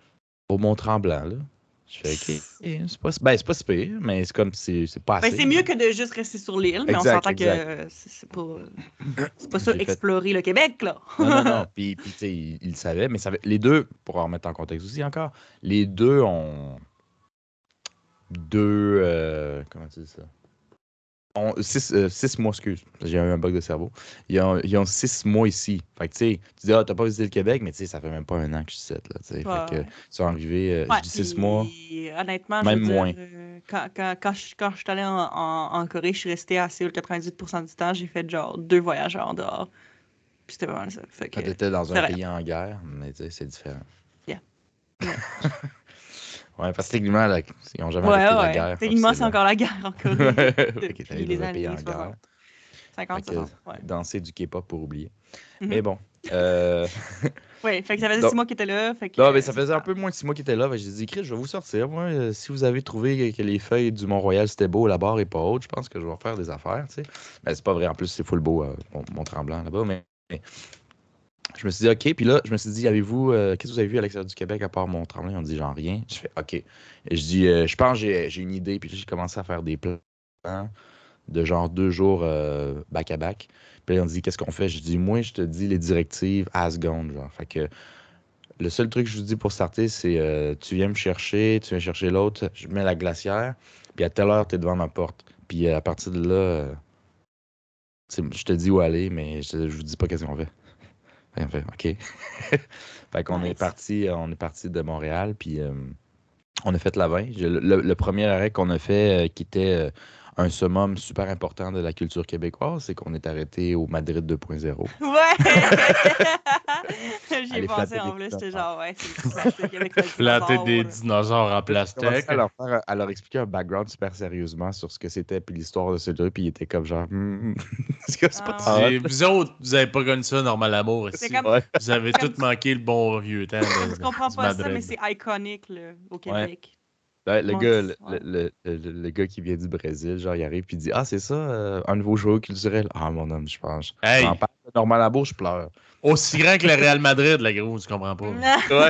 S3: au Mont-Tremblant, là. Je fais, OK, c'est pas, ben, c'est pas si pire, mais c'est comme, c'est c'est pas
S2: Ben,
S3: assez,
S2: c'est mieux
S3: là.
S2: que de juste rester sur l'île, mais on
S3: Exact,
S2: s'entend
S3: exact.
S2: que c'est c'est pas, c'est pas ça
S3: J'ai fait,
S2: explorer le Québec, là.
S3: non, non, non. Puis, puis tu sais, il, il le savait, mais ça, avait- les deux, pour en remettre en contexte aussi encore, les deux ont deux, euh, comment tu dis ça? ont six, euh, six mois, excuse, j'ai eu un bug de cerveau. Ils ont, ils ont six mois ici. Fait que, tu sais, tu dis, ah, t'as pas visité le Québec, mais tu sais, ça fait même pas un an que je suis ici, là, tu sais.
S2: Ouais,
S3: Fait que,
S2: ouais.
S3: ils sont arrivés, euh,
S2: Ouais,
S3: je dis six mois,
S2: puis honnêtement, je veux
S3: même
S2: dire,
S3: moins.
S2: euh, quand, quand, quand, je, quand je suis allée en, en, en Corée, je suis restée à Séoul quatre-vingt-dix pour cent du temps. J'ai fait genre deux voyages en dehors. Puis c'était pas mal ça. Fait que
S3: Quand t'étais dans
S2: c'est
S3: un
S2: vrai.
S3: pays en guerre, mais tu sais, c'est différent.
S2: Yeah. Ouais,
S3: Ouais, parce que techniquement, là, ils n'ont jamais
S2: ouais.
S3: arrêté la
S2: ouais.
S3: guerre
S2: Techniquement, c'est
S3: officiellement.
S2: encore la guerre en Corée
S3: Fait que t'es allé
S2: depuis les
S3: dans un pays
S2: années
S3: en guerre.
S2: soixante.
S3: Fait
S2: cinquante,
S3: que
S2: soixante, ouais.
S3: danser du K-pop pour oublier.
S2: Mhm.
S3: Mais bon. Euh...
S2: Ouais, fait que ça faisait
S3: Donc,
S2: six mois qu'il était là. Fait que,
S3: non, mais
S2: euh,
S3: ça
S2: c'est
S3: faisait un
S2: ça.
S3: peu moins de six mois qu'il était là. Fait que j'ai dit, Chris, je vais vous sortir. Moi, euh, si vous avez trouvé que les feuilles du Mont-Royal, c'était beau, la barre est pas haute, je pense que je vais refaire des affaires, tu sais. Ben, c'est pas vrai. En plus, c'est full beau, euh, mon, mon tremblant là-bas. Mais, mais je me suis dit, OK. Puis là, je me suis dit, avez-vous, euh, qu'est-ce que vous avez vu à l'extérieur du Québec à part mon tremblant? Ils ont dit, genre rien. Je fais, OK. Et je dis, euh, je pense que j'ai, j'ai une idée. Puis là, j'ai commencé à faire des plans de genre deux jours euh, back-à-back. Puis là, on dit, qu'est-ce qu'on fait? Je dis, moi, je te dis les directives as gone, genre. Fait que le seul truc que je vous dis pour starter, c'est euh, tu viens me chercher, tu viens chercher l'autre, je mets la glacière, puis à telle heure, tu es devant ma porte. Puis euh, à partir de là, euh, je te dis où aller, mais je, je vous dis pas qu'est-ce qu'on fait. Fait, fait, OK. Fait qu'on
S2: Nice.
S3: est parti, on est parti de Montréal, puis euh, on a fait la vingt. Le, le, le premier arrêt qu'on a fait, euh, qui était euh, un summum super important de la culture québécoise, c'est qu'on est arrêté au Madrid deux point zéro.
S2: Ouais! J'y ai
S3: Aller
S2: pensé
S3: flatter
S2: en
S3: des
S2: plus, j'étais
S3: dinosaures.
S2: genre, ouais, c'est le classique avec le
S1: Flatter des
S2: dinosaure.
S1: dinosaures en
S3: J'ai commencé
S1: plastique.
S3: à leur, faire, à leur expliquer un background super sérieusement sur ce que c'était puis l'histoire de ce jeu, puis ils étaient comme genre, hmm, c'est pas
S2: Ah,
S3: tant
S2: ouais.
S3: hot.
S1: C'est- Vous autres, vous avez pas connu ça, Normal Amour,
S2: C'est
S1: ici.
S2: comme,
S3: Ouais.
S1: Vous avez
S2: comme
S1: tout manqué le bon vieux temps de,
S2: tu comprends
S1: du
S2: pas ça, mais
S1: Madrid.
S2: c'est iconique, là, au Québec.
S3: Ouais, le,
S2: Mon
S3: gars,
S2: Dieu,
S3: le,
S2: ouais.
S3: le, le, le- le gars qui vient du Brésil, genre, il arrive puis il dit, ah, c'est ça, euh, un nouveau joueur culturel. Ah, mon homme, je pense. J'en
S1: Hey,
S3: parle de Normal Amour, je pleure.
S1: aussi grand que le Real Madrid, la gros, tu comprends pas.
S3: Ouais.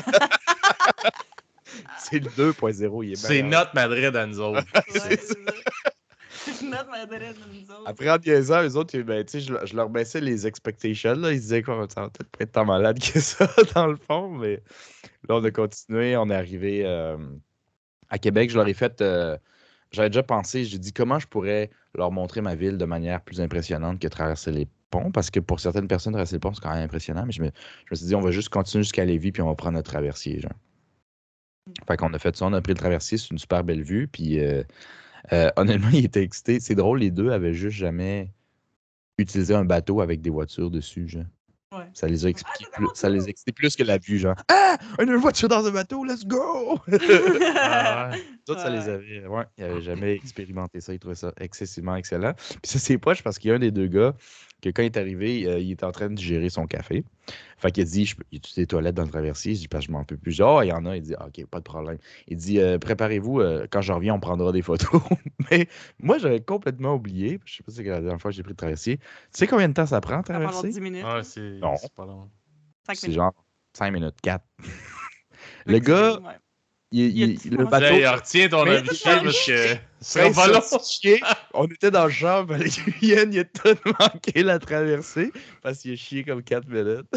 S3: C'est le deux point zéro, il est
S1: C'est
S3: meilleur.
S1: notre Madrid à nous autres.
S2: Ouais, c'est ça. Notre Madrid, nous autres.
S3: Après, en niaisant, eux autres, ben, tu sais, je, leur- je leur baissais les expectations. Là. Ils se disaient quoi, ça va peut-être pas être tant malade que ça, dans le fond. Mais là, on a continué. On est arrivé euh, à Québec. Je leur ai fait. euh, J'avais déjà pensé, j'ai dit comment je pourrais leur montrer ma ville de manière plus impressionnante que traverser les ponts. Parce que pour certaines personnes, traverser les ponts, c'est quand même impressionnant. Mais je me, je me suis dit, on va juste continuer jusqu'à Lévis, puis on va prendre notre traversier. Genre. Fait qu'on a fait ça, on a pris le traversier. C'est une super belle vue. Puis. euh, Euh, honnêtement, il était excité. C'est drôle, les deux avaient juste jamais utilisé un bateau avec des voitures dessus, genre.
S2: Ouais.
S3: Ça les a
S2: Ah,
S3: expliqué
S2: c'est
S3: plus,
S2: tellement
S3: ça les a
S2: cool!
S3: excité plus que la vue, genre. Ah! Une voiture dans un bateau, let's go!
S1: Ah ouais.
S3: D'autres, ça les
S2: Ouais.
S3: avait. Ouais, ils n'avaient jamais expérimenté ça. Ils trouvaient ça excessivement excellent. Puis ça, c'est poche parce qu'il y a un des deux gars que quand il est arrivé, euh, il était en train de digérer son café. Fait qu'il a dit, je peux... il y a des toilettes dans le traversier? Je dis, parce que je m'en peux plus. Je dis, oh, il y en a. Il dit, ah, OK, pas de problème. Il dit, euh, préparez-vous, euh, quand je reviens, on prendra des photos. Mais moi, j'avais complètement oublié. Je sais pas si c'est la dernière fois que j'ai pris le traversier. Tu sais combien de temps ça prend,
S2: Ça prend genre
S3: traverser?
S2: dix minutes.
S1: Ouais, c'est
S3: Non.
S1: c'est pas long.
S2: cinq
S3: C'est
S2: minutes.
S3: genre cinq minutes, quatre.
S2: Fait
S3: Le
S2: que
S3: gars,
S2: c'est- ouais.
S3: il,
S2: Il a
S3: il-
S2: dit
S3: le
S2: comment
S3: bateau.
S1: Hey, retiens ton
S3: Mais-
S1: avis parce que ça
S3: Quand
S1: sera
S3: il
S1: pas
S3: est
S1: long.
S3: sorti chier, on était dans le champ, avec Yann, il a tout manqué la traversée parce qu'il a chié comme quatre minutes.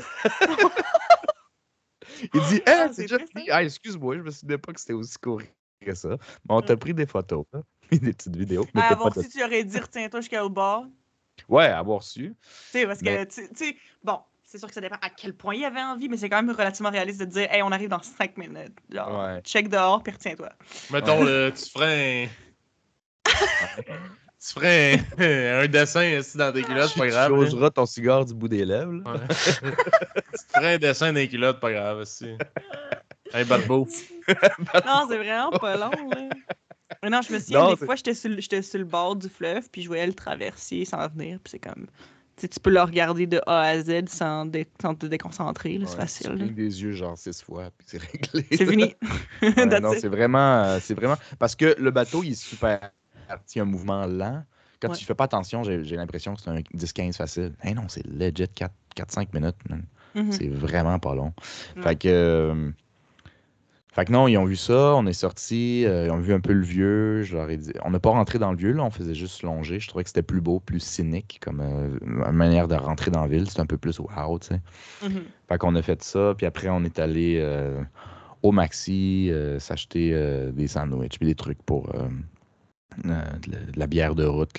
S3: Il dit,
S2: Ah,
S3: hey,
S2: c'est
S3: c'est déjà
S2: triste,
S3: fini. Ah, excuse-moi, je me souvenais pas que c'était aussi court que ça. Mais on t'a pris des photos, hein, puis des petites vidéos. Mais
S2: À
S3: t'es
S2: avoir
S3: pas de...
S2: su, tu aurais dit retiens-toi jusqu'au bord.
S3: Ouais, avoir su.
S2: Tu sais, parce que,
S3: Mais-
S2: tu tu sais, bon, c'est sûr que ça dépend à quel point il avait envie, mais c'est quand même relativement réaliste de dire, hey, on arrive dans cinq minutes. Genre,
S3: Ouais.
S2: check dehors, puis retiens-toi.
S1: Mettons, là, tu ferais un. Tu ferais un, un dessin ici dans tes culottes, c'est pas
S3: Tu
S1: grave. là.
S3: choseras ton cigare du bout des lèvres. là.
S1: Ouais. Tu te ferais un dessin dans les culottes, pas grave aussi. Un barbeau.
S2: Non, c'est vraiment pas long, là. Mais non, je me souviens,
S3: Non,
S2: des
S3: c'est-
S2: fois, j'étais sur, le- j'étais sur le bord du fleuve, puis je voyais le traversier s'en venir, puis c'est comme... Tu sais, tu peux le regarder de A à Z sans, dé- sans te déconcentrer, là, c'est
S3: Ouais,
S2: facile.
S3: tu
S2: là.
S3: clignes des yeux genre six fois, puis c'est réglé.
S2: C'est fini.
S3: Ouais,
S2: That's
S3: non,
S2: it.
S3: c'est vraiment, euh, c'est vraiment... Parce que le bateau, il est super... Il y a un mouvement lent. Quand
S2: Ouais.
S3: tu fais pas attention, j'ai j'ai l'impression que c'est un dix quinze facile. Mais non, c'est legit quatre cinq minutes. man.
S2: Mhm.
S3: C'est vraiment pas long.
S2: Ouais.
S3: Fait que... euh, Fait que non, ils ont vu ça, on est sortis, euh, ils ont vu un peu le vieux. Je leur ai dit... On n'a pas rentré dans le vieux, là, on faisait juste longer. Je trouvais que c'était plus beau, plus cynique comme euh, manière de rentrer dans la ville. C'était un peu plus wow, tu sais.
S2: Mhm.
S3: Fait qu'on a fait ça, puis après, on est allé euh, au Maxi euh, s'acheter euh, des sandwichs, puis des trucs pour euh, euh, de, la, de la bière de route, là,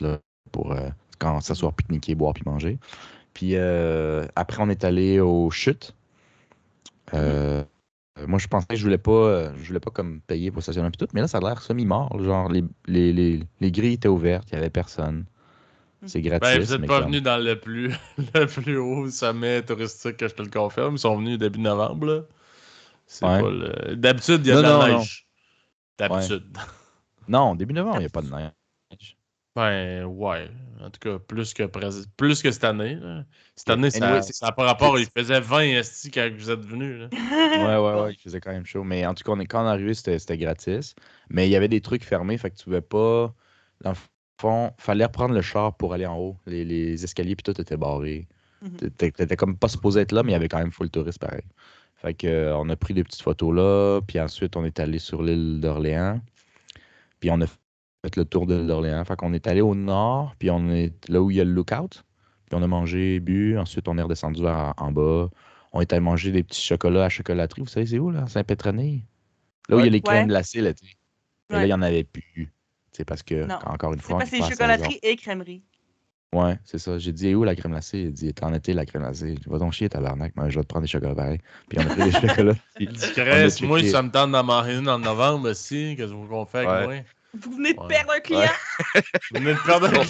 S3: pour euh, quand s'asseoir, pique-niquer, boire puis manger. Puis euh, après, on est allé aux chutes. Euh, mm-hmm. Moi, je pensais que je voulais pas, je voulais pas comme payer pour le stationnement puis tout, mais là, ça a l'air semi-mort. Genre, les, les, les, les grilles étaient ouvertes, il y avait personne. C'est gratis.
S1: Ben, vous n'êtes pas
S3: comme...
S1: venus dans le plus, le plus haut sommet touristique que je te le confirme. Ils sont venus début novembre. Là. C'est ouais. pas le... D'habitude, il y a non, de la non, neige. Non. D'habitude.
S3: Ouais. Non, début novembre, il n'y a pas de neige.
S1: Ben, ouais. En tout cas, plus que, pré... plus que cette année. Là. Cette année, anyway, ça n'a pas rapport. Il faisait vingt esti quand vous êtes venus. Là.
S3: Ouais, ouais, ouais. Il faisait quand même chaud. Mais en tout cas, on est... quand on est arrivé, c'était, c'était gratis. Mais il y avait des trucs fermés. Fait que tu pouvais pas. Dans le fond, fallait reprendre le char pour aller en haut. Les, les escaliers, puis tout était barré. Mm-hmm. T'étais comme pas supposé être là, mais il y avait quand même full touriste pareil. Fait que, euh, on a pris des petites photos là. Puis ensuite, on est allé sur l'île d'Orléans. Puis on a fait le tour de l'île d'Orléans. Fait qu'on est allé au nord, puis on est là où il y a le lookout. Puis on a mangé, bu. Ensuite, on est redescendu vers en bas. On est allé manger des petits chocolats à chocolaterie. Vous savez, c'est où, là? Saint-Pétronille? Là où ouais, il y a les crèmes ouais. glacées, là, tu sais. Et ouais. là, il n'y en avait plus. C'est parce que, non. encore une fois...
S2: C'est parce que c'est chocolaterie et crèmerie.
S3: Ouais, c'est ça. J'ai dit, et où la crème glacée? Il dit, en été, la crème glacée. Je dis, va donc chier, tabarnak. Mais je vais te prendre des chocolats pareils. Puis on a pris des chocolats.
S1: Discret, moi, ça me tente d'en manger une en novembre aussi. Qu'est-ce qu'on fait avec
S2: ouais. moi? Vous venez de
S1: ouais.
S2: perdre un client.
S1: Ouais. Vous venez de perdre un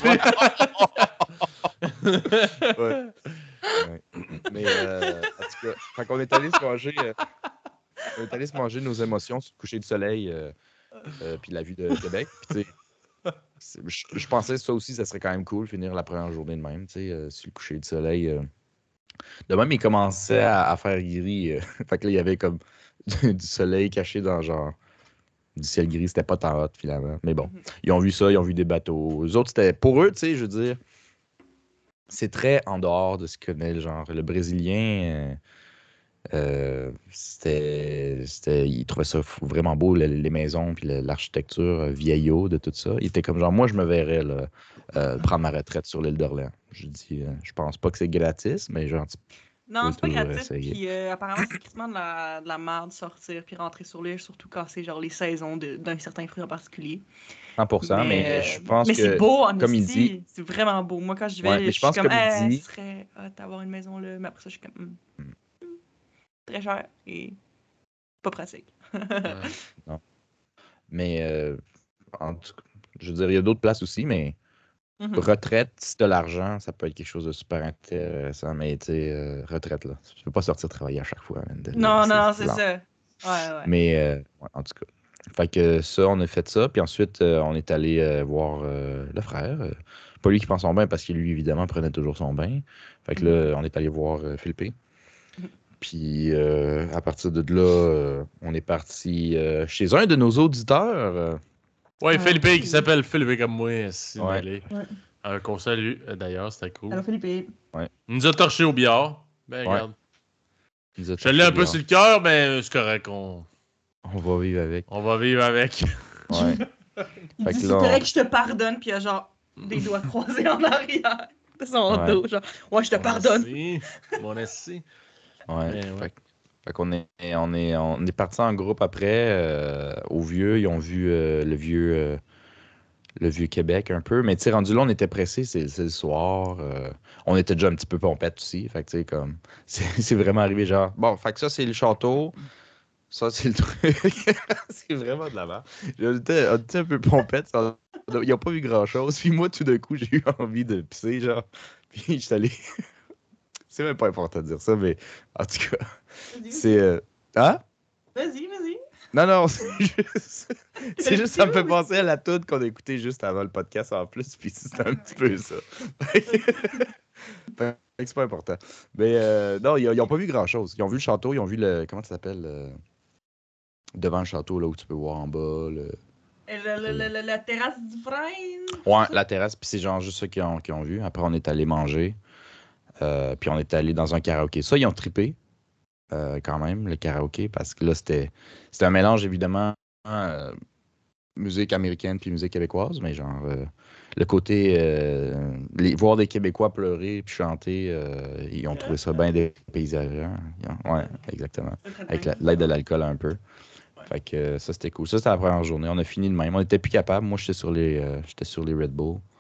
S1: client.
S3: ouais. ouais. Mais, euh, en tout cas, fait qu'on est allé se manger... Euh, on est allé se manger nos émotions sur le coucher du soleil euh, euh, puis la vue de Québec. Puis, tu sais... Je, je pensais que ça aussi, ça serait quand même cool, finir la première journée de même, tu sais, euh, sur le coucher du soleil. Euh. De même, il commençait à, à faire gris. Euh. Fait que là, il y avait comme du soleil caché dans genre du ciel gris. C'était pas tant hot, finalement. Mais bon, ils ont vu ça, ils ont vu des bateaux. Eux autres, c'était pour eux, tu sais, je veux dire, c'est très en dehors de ce que connaît, genre, le Brésilien... Euh, Euh, c'était, c'était, il trouvait ça vraiment beau, les, les maisons, puis l'architecture euh, vieillot de tout ça. Il était comme genre, moi, je me verrais là, euh, prendre ma retraite sur l'île d'Orléans. Je dis, euh, je pense pas que c'est gratis, mais genre.
S2: Non, c'est pas gratis, puis euh, apparemment, c'est quasiment de la, de la merde sortir puis rentrer sur l'île, surtout quand c'est genre les saisons de, d'un certain fruit en particulier.
S3: cent pour cent, mais, mais je pense
S2: mais
S3: que.
S2: Mais c'est beau, en
S3: comme
S2: ici,
S3: il dit,
S2: c'est vraiment beau. Moi, quand je vais,
S3: ouais,
S2: je,
S3: je pense
S2: suis comme,
S3: comme il dit,
S2: ce serait hot d'avoir une maison là, mais après ça, je suis comme. Mm. Mm. Très cher et pas pratique.
S3: ouais, non. Mais, euh, en tout cas, je veux dire, il y a d'autres places aussi, mais mm-hmm. retraite, si t'as l'argent, ça peut être quelque chose de super intéressant, mais tu sais, euh, retraite, là, tu peux pas sortir travailler à chaque fois. Hein, de,
S2: non, c'est, non, c'est, c'est ça. Ouais, ouais.
S3: Mais, euh, ouais, en tout cas. Fait que ça, on a fait ça, puis ensuite, euh, on est allé euh, voir euh, le frère. Euh, pas lui qui prend son bain, parce que lui, évidemment, prenait toujours son bain. Fait que mm-hmm. là, on est allé voir euh, Philippe. Puis euh, à partir de là, euh, on est parti euh, chez un de nos auditeurs. Euh...
S1: Ouais, ah, Philippe, oui. Qui s'appelle Philippe comme moi, si
S3: ouais.
S1: ouais. euh, qu'on salue, d'ailleurs, c'était cool.
S2: Alors Philippe.
S3: Ouais.
S1: Il nous a torché au billard. Ben,
S3: ouais.
S1: regarde. Je l'ai un peu sur le cœur, mais c'est correct. On...
S3: on va vivre avec.
S1: On va vivre avec.
S3: Ouais.
S2: Il dit, c'est correct que je te pardonne, puis il y a genre des doigts croisés en arrière de son ouais. dos. Genre, ouais, je te
S1: Mon
S2: pardonne.
S1: Assis. Mon assis.
S3: Ouais. ouais. Fait, fait qu'on est, on est, on est parti en groupe après euh, au vieux. Ils ont vu euh, le vieux, euh, le vieux Québec un peu. Mais tu sais, rendu là, on était pressés. C'est, c'est le soir. Euh, on était déjà un petit peu pompette aussi. Fait que tu sais, comme, c'est, c'est vraiment arrivé genre. Bon, fait que ça, c'est le château. Ça, c'est le truc. C'est vraiment de la merde. On était, on était un peu pompette. Ça, ils n'ont pas vu grand-chose. Puis moi, tout d'un coup, j'ai eu envie de pisser, genre. Puis je suis allé. C'est même pas important de dire ça, mais en tout cas, vas-y, c'est... Euh... Hein?
S2: Vas-y, vas-y.
S3: Non, non, c'est juste... c'est juste, ça me fait penser à la toune qu'on a écoutée juste avant le podcast en plus, puis c'est un petit peu ça. C'est pas important. Mais euh, non, ils n'ont pas vu grand-chose. Ils ont vu le château, ils ont vu le... Comment ça s'appelle? Le... Devant le château, là, où tu peux voir en bas, le...
S2: Le, le, le, le, la terrasse du frêne.
S3: Ouais, la terrasse, puis c'est genre juste ça qu'ils ont, qu'ils ont vu. Après, on est allé manger. Euh, puis on est allé dans un karaoké. Ça, ils ont trippé euh, quand même, le karaoké, parce que là, c'était, c'était un mélange, évidemment, euh, musique américaine puis musique québécoise, mais genre, euh, le côté, euh, les, voir des Québécois pleurer puis chanter, euh, ils ont trouvé ça bien dépaysagant. Ouais, exactement. Avec la, l'aide de l'alcool un peu. Fait que euh, ça, c'était cool. Ça, c'était la première journée. On a fini de même. On n'était plus capable. Moi, j'étais sur les, euh, j'étais sur les Red Bull.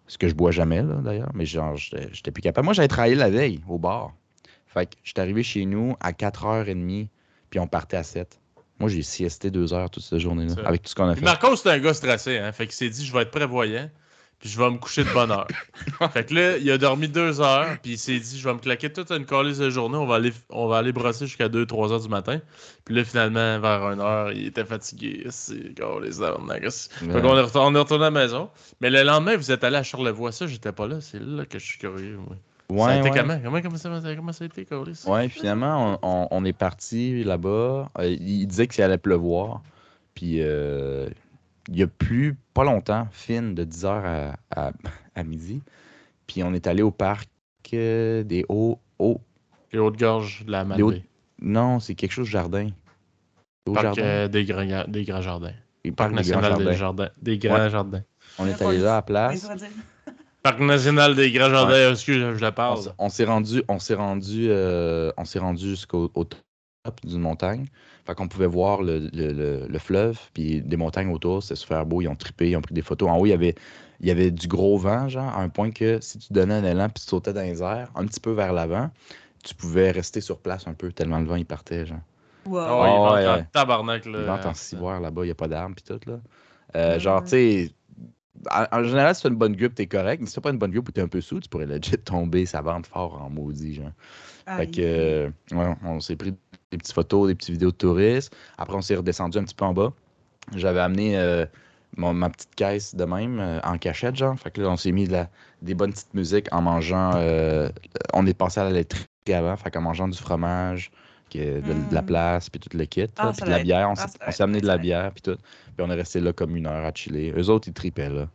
S3: Ce que je bois jamais, là, d'ailleurs. Mais genre, j'étais j'étais plus capable. Moi, j'avais travaillé la veille au bar. Fait que j'étais arrivé chez nous à quatre heures trente, puis on partait à sept. Moi, j'ai siesté deux heures toute cette journée-là,
S1: Ça.
S3: avec tout ce qu'on a
S1: Puis
S3: fait.
S1: Marco, c'est un gars stressé, hein. Fait qu'il s'est dit, je vais être prévoyant, puis je vais me coucher de bonne heure. Fait que là, il a dormi deux heures, puis il s'est dit, je vais me claquer toute une calice de journée, on va aller, on va aller brosser jusqu'à deux trois heures du matin. Puis là, finalement, vers une heure, il était fatigué. C'est oh, les heures, Fait qu'on est retourné, on est retourné à la maison. Mais le lendemain, vous êtes allé à Charlevoix. Ça, j'étais pas là. C'est là que je suis curieux, moi.
S3: Ouais,
S1: ça a été
S3: ouais.
S1: comment? Comment, comment, ça, comment ça a été, Colis?
S3: Ouais, finalement, on, on, on est parti là-bas. Euh, il disait qu'il allait pleuvoir. Puis euh, il y a plu pas longtemps, fine, de dix heures à, à, à midi. Puis on est allé au parc euh, des hauts... hauts
S1: Les Hautes-Gorges de la
S3: des hauts...
S1: Malbaie.
S3: Non, c'est quelque chose de jardin. Des
S1: Parc
S3: jardins.
S1: euh, des, grands, des Grands Jardins.
S3: Et
S1: Parc
S3: parc des grands
S1: national
S3: jardins.
S1: des jardins. Des Grands
S3: Ouais.
S1: Jardins.
S3: On est allé là à la place.
S1: Parc national des Grands Jardins,
S3: Ouais.
S1: excuse, je la
S3: On,
S1: parle.
S3: s- on s'est rendu, on s'est rendu, euh, on s'est rendu jusqu'au au top d'une montagne. Fait qu'on pouvait voir le, le, le, le fleuve, puis des montagnes autour, c'était super beau. Ils ont trippé, ils ont pris des photos. En haut, il y avait, il y avait du gros vent, genre, à un point que si tu donnais un élan puis tu sautais dans les airs, un petit peu vers l'avant, tu pouvais rester sur place un peu, tellement le vent il partait, genre.
S1: Oh,
S2: Wow.
S1: il
S3: Oh,
S1: vente
S3: ouais,
S1: en
S3: ouais.
S1: tabarnak, là.
S3: Il vente en
S1: hein,
S3: ciboire là-bas, il n'y a pas d'arbres puis tout, là. Euh,
S2: Ouais,
S3: genre,
S2: ouais.
S3: tu sais, en, en général, si tu as une bonne grippe, t'es correct, mais si t'as pas une bonne grippe ou t'es un peu sous, tu pourrais legit tomber, ça vente fort en maudit, genre. Fait
S2: Aïe.
S3: que, euh, ouais, on s'est pris des petites photos, des petites vidéos de touristes. Après, on s'est redescendu un petit peu en bas. J'avais amené euh, mon- ma petite caisse de même, euh, en cachette, genre. Fait que là, on s'est mis de la- des bonnes petites musiques en mangeant. euh, on est passé à la laiterie avant, fait qu'en mangeant du fromage, que- de, de la
S2: Mm.
S3: place, puis tout le kit.
S2: Ah,
S3: là,
S2: ça
S3: puis de la
S2: doit être-
S3: bière. On
S2: ah,
S3: s'est
S2: ça doit
S3: on
S2: être
S3: s'est amené de la
S2: excellent.
S3: bière, puis tout. Puis on est resté là comme une heure à chiller. Eux autres, ils tripaient, là.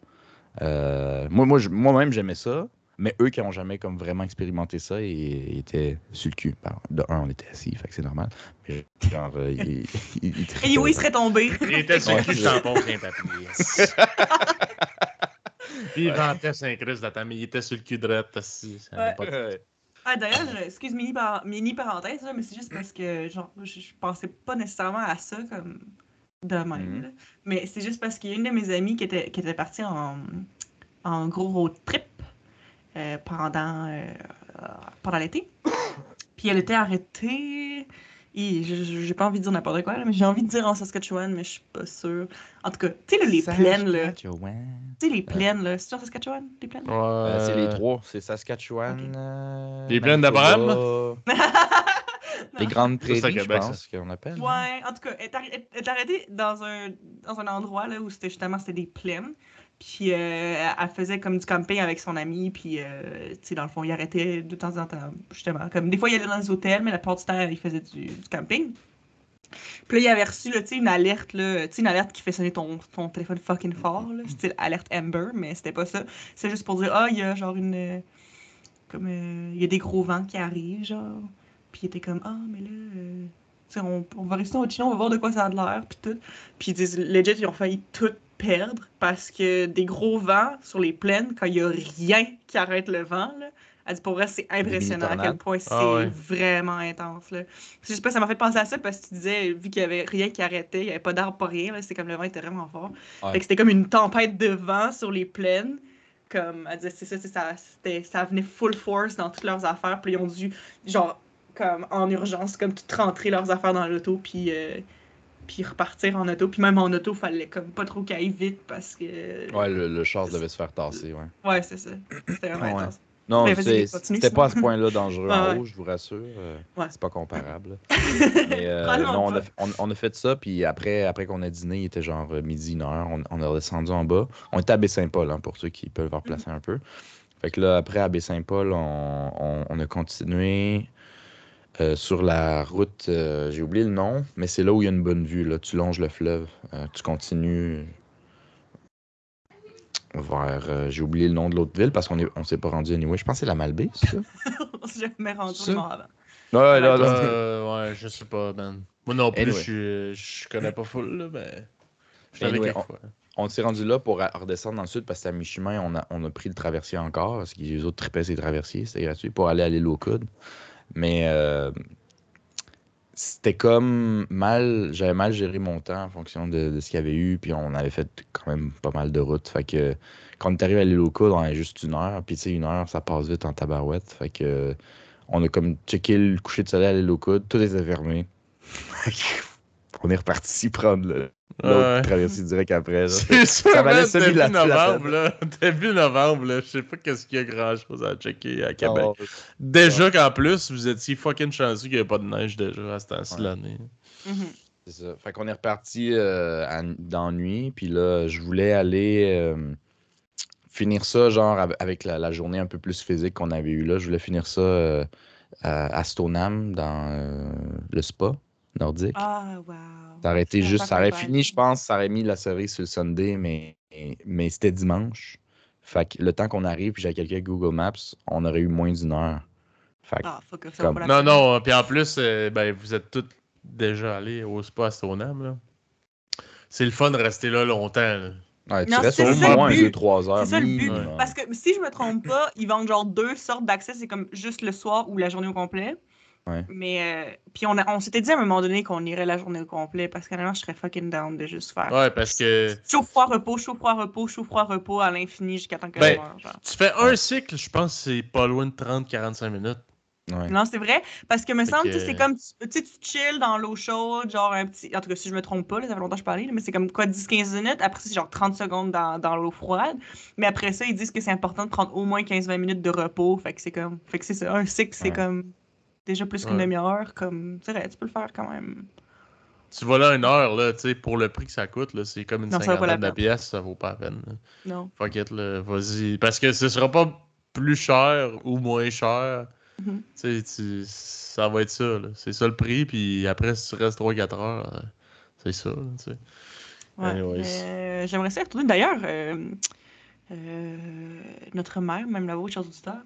S3: Euh, moi, moi, je- moi-même, j'aimais ça. Mais eux qui n'ont jamais comme vraiment expérimenté ça, ils, ils étaient sur le cul. Alors, de un, on était assis, fait que c'est normal. Mais genre, euh, ils, ils, ils tripaient,
S2: Et oui, il
S3: là.
S2: serait tombé.
S1: Il était sur le
S3: Ouais,
S1: cul, je
S3: c'est ça.
S1: t'en pose un papier. Puis il vantait Saint-Christ dans ta mais il était sur le cul de rette, assis. Ça avait
S2: Ouais.
S1: pas de-
S2: Ah, d'ailleurs, je- excuse mini, par- mini parenthèse, là, mais c'est juste parce que genre, je, je pensais pas nécessairement à ça comme de même.
S3: Mhm.
S2: là. Mais c'est juste parce qu'il y a une de mes amies qui était, qui était partie en, en gros road trip euh, pendant, euh, pendant l'été. Puis elle était arrêtée. Et je- je- j'ai pas envie de dire n'importe quoi, là, mais j'ai envie de dire en Saskatchewan, mais je suis pas sûre. En tout cas, tu sais, là, les plaines, là. Tu
S3: Saskatchewan.
S2: sais, les plaines, là. C'est en Saskatchewan, les plaines?
S3: Euh, c'est les
S1: Ouais.
S3: trois. C'est Saskatchewan,
S2: Ok.
S3: euh,
S1: Les plaines
S3: Manitoba,
S2: Non.
S3: les Grandes
S1: Ça, c'est à
S3: Prairies, je
S1: Québec,
S3: pense, qu'on appelle. hein.
S2: Ouais, en tout cas, elle est arr- elle est arrêtée dans un, dans un endroit là, où c'était justement c'était des plaines. Puis euh, elle elle faisait comme du camping avec son ami. Puis, euh, tu sais, dans le fond, il arrêtait de temps en temps, justement. Comme des fois, il allait dans les hôtels, mais la plupart du temps, il faisait du, du camping. Puis là, il avait reçu, là, tu sais, une alerte, là, tu sais, une alerte qui fait sonner ton, ton téléphone fucking fort, là, style alerte Amber, mais c'était pas ça. C'est juste pour dire, ah, il y a genre une. euh, Comme, euh, il y a des gros vents qui arrivent, genre. Puis il était comme, ah, mais là. euh, tu sais, on, on va rester en Chine, on va voir de quoi ça a de l'air, puis tout. Puis ils disent, legit, ils ont failli tout perdre parce que des gros vents sur les plaines, quand il y a rien qui arrête le vent, là, elle dit, pour vrai, c'est impressionnant à quel
S3: mini-tornades.
S2: point c'est
S1: Ah ouais.
S2: vraiment intense, là. Je sais pas, ça m'a fait penser à ça parce que tu disais, vu qu'il y avait rien qui arrêtait, il y avait pas d'arbre, pas rien, là, c'est comme le vent était vraiment fort.
S3: Ouais.
S2: Fait que c'était comme une tempête de vent sur les plaines. Comme, elle disait, c'est ça, c'est ça, c'était, ça venait full force dans toutes leurs affaires, puis ils ont dû, genre, comme, en urgence, comme, tout rentrer leurs affaires dans l'auto, puis, euh, puis repartir en auto. Puis même en auto, fallait comme pas trop qu'ils aillent vite, parce que...
S3: Ouais, le, le char devait se faire tasser, ouais.
S2: Ouais, c'est ça. C'était vraiment
S3: Ouais.
S2: intense.
S3: Non,
S2: Mais vas-y,
S3: c'est-
S2: continue,
S3: c'était pas à
S2: sinon.
S3: ce point-là dangereux en
S2: Ouais, ouais.
S3: haut, je vous rassure. euh,
S2: Ouais.
S3: C'est pas comparable. Mais euh,
S2: Probablement
S3: non, on a,
S2: pas.
S3: on, on a fait ça, puis après, après qu'on a dîné, il était genre euh, midi, une heure, on, on est redescendu en bas. On était à Baie-Saint-Paul, hein, pour ceux qui peuvent
S2: Mm.
S3: replacer un peu. Fait que là, après, à Baie-Saint-Paul, on, on- on a continué euh, sur la route, euh, j'ai oublié le nom, mais c'est là où il y a une bonne vue, là. Tu longes le fleuve, euh, tu continues vers... euh, j'ai oublié le nom de l'autre ville, parce qu'on est, on s'est pas rendu anyway. Je pense que c'est la Malbaie, c'est ça?
S2: On s'est jamais rendu
S3: Ça?
S2: vraiment avant.
S3: Ouais, là, là.
S1: Euh, ouais, je sais pas, man. Moi non plus,
S3: Anyway.
S1: je je connais pas full, là, mais. Je l'avais
S3: Anyway,
S1: quelques fois.
S3: On s'est rendu là pour redescendre dans le sud parce que à mi-chemin, on a, on a pris le traversier encore parce que les autres tripaient ces traversiers, c'était gratuit pour aller à l'île aux coudes. Mais euh, c'était comme mal. J'avais mal géré mon temps en fonction de, de ce qu'il y avait eu. Puis on avait fait quand même pas mal de routes. Fait que quand on est arrivé à l'île aux Coudes, on avait juste une heure. Puis tu sais, une heure, ça passe vite en tabarouette. Fait que on a comme checké le coucher de soleil à l'île aux Coudes. Tout était fermé. On est reparti prendre le, l'autre
S1: Ouais.
S3: traversée direct après. Là.
S1: C'est ça,
S3: ça valait
S1: man,
S3: celui
S1: début
S3: la, la
S1: novembre,
S3: peine.
S1: là. Début novembre, là. Je sais pas qu'est-ce qu'il y a grand-chose à checker à Québec.
S3: Oh,
S1: Déjà qu'en plus, vous étiez fucking chanceux qu'il n'y avait pas de neige déjà à ce temps-ci de
S3: Ouais.
S1: l'année.
S2: Mhm.
S3: c'est ça. Fait qu'on est reparti euh, à- dans la nuit. Puis là, je voulais aller euh, finir ça, genre, av- avec la, la journée un peu plus physique qu'on avait eue là. Je voulais finir ça euh, à, à Stoneham, dans euh, le spa nordique.
S2: Ah, wow.
S3: Ça aurait été
S2: C'est
S3: juste,
S2: faire
S3: ça
S2: un
S3: aurait
S2: vibe.
S3: fini, je pense, ça aurait mis la cerise sur le Sunday, mais, mais c'était dimanche. Fait que le temps qu'on arrive, puis j'avais quelqu'un avec Google Maps, on aurait eu moins d'une heure. Fait que,
S2: Ah, fuck, ça vaut
S3: comme,
S2: pas la
S1: Non,
S2: peine.
S1: non, puis en plus, euh, ben, vous êtes tous déjà allés au spa à Stoneham, là. C'est le fun de rester là longtemps, là.
S3: ouais, tu
S2: Non,
S3: restes
S2: c'est
S3: au
S1: ça le
S3: moins
S2: but.
S3: deux trois heures
S2: C'est ça le but.
S3: minimum.
S2: Parce que si je me trompe pas, ils vendent genre deux sortes d'accès. C'est comme juste le soir ou la journée au complet.
S3: Ouais.
S2: Mais, euh, puis on, a- on s'était dit à un moment donné qu'on irait la journée au complet parce que je serais fucking down de juste faire
S1: Ouais, parce que.
S2: chaud, froid, repos, chaud, froid, repos, chaud, froid, repos à l'infini jusqu'à temps que
S1: Ben,
S2: je meure. Genre.
S1: tu fais un
S3: Ouais.
S1: cycle, je pense que c'est pas loin de trente à quarante-cinq minutes.
S3: Ouais.
S2: Non, c'est vrai. Parce que me
S1: Fait
S2: semble,
S1: que-
S2: tu sais, c'est comme, tu tu sais, tu chill dans l'eau chaude, genre un petit. En tout cas, si je me trompe pas, là, ça fait longtemps que je parlais, là, mais c'est comme quoi dix quinze minutes. Après, c'est genre trente secondes dans, dans l'eau froide. Mais après ça, ils disent que c'est important de prendre au moins quinze vingt minutes de repos. Fait que c'est comme. Fait que c'est ça. Un cycle, c'est
S3: Ouais.
S2: comme déjà plus qu'une
S1: Ouais.
S2: demi-heure. Comme. C'est vrai, tu peux le faire quand même.
S1: Tu vas là une heure, là, tu sais, pour le prix que ça coûte, là, c'est comme une
S2: Non, ça vaut pas la
S1: cinquantaine de
S2: peine.
S1: pièces, ça vaut pas la peine. Là.
S2: Non.
S1: Fuck it, là, vas-y. Parce que ce sera pas plus cher ou moins cher.
S2: Mhm.
S1: Tu sais, tu- ça va être ça, là. C'est ça le prix, puis après, si tu restes trois quatre heures, euh, c'est ça, là, tu sais.
S2: Ouais.
S1: Anyways.
S2: Mais j'aimerais ça y retourner. D'ailleurs, euh, euh, notre mère, même la vôtre, chers auditeurs,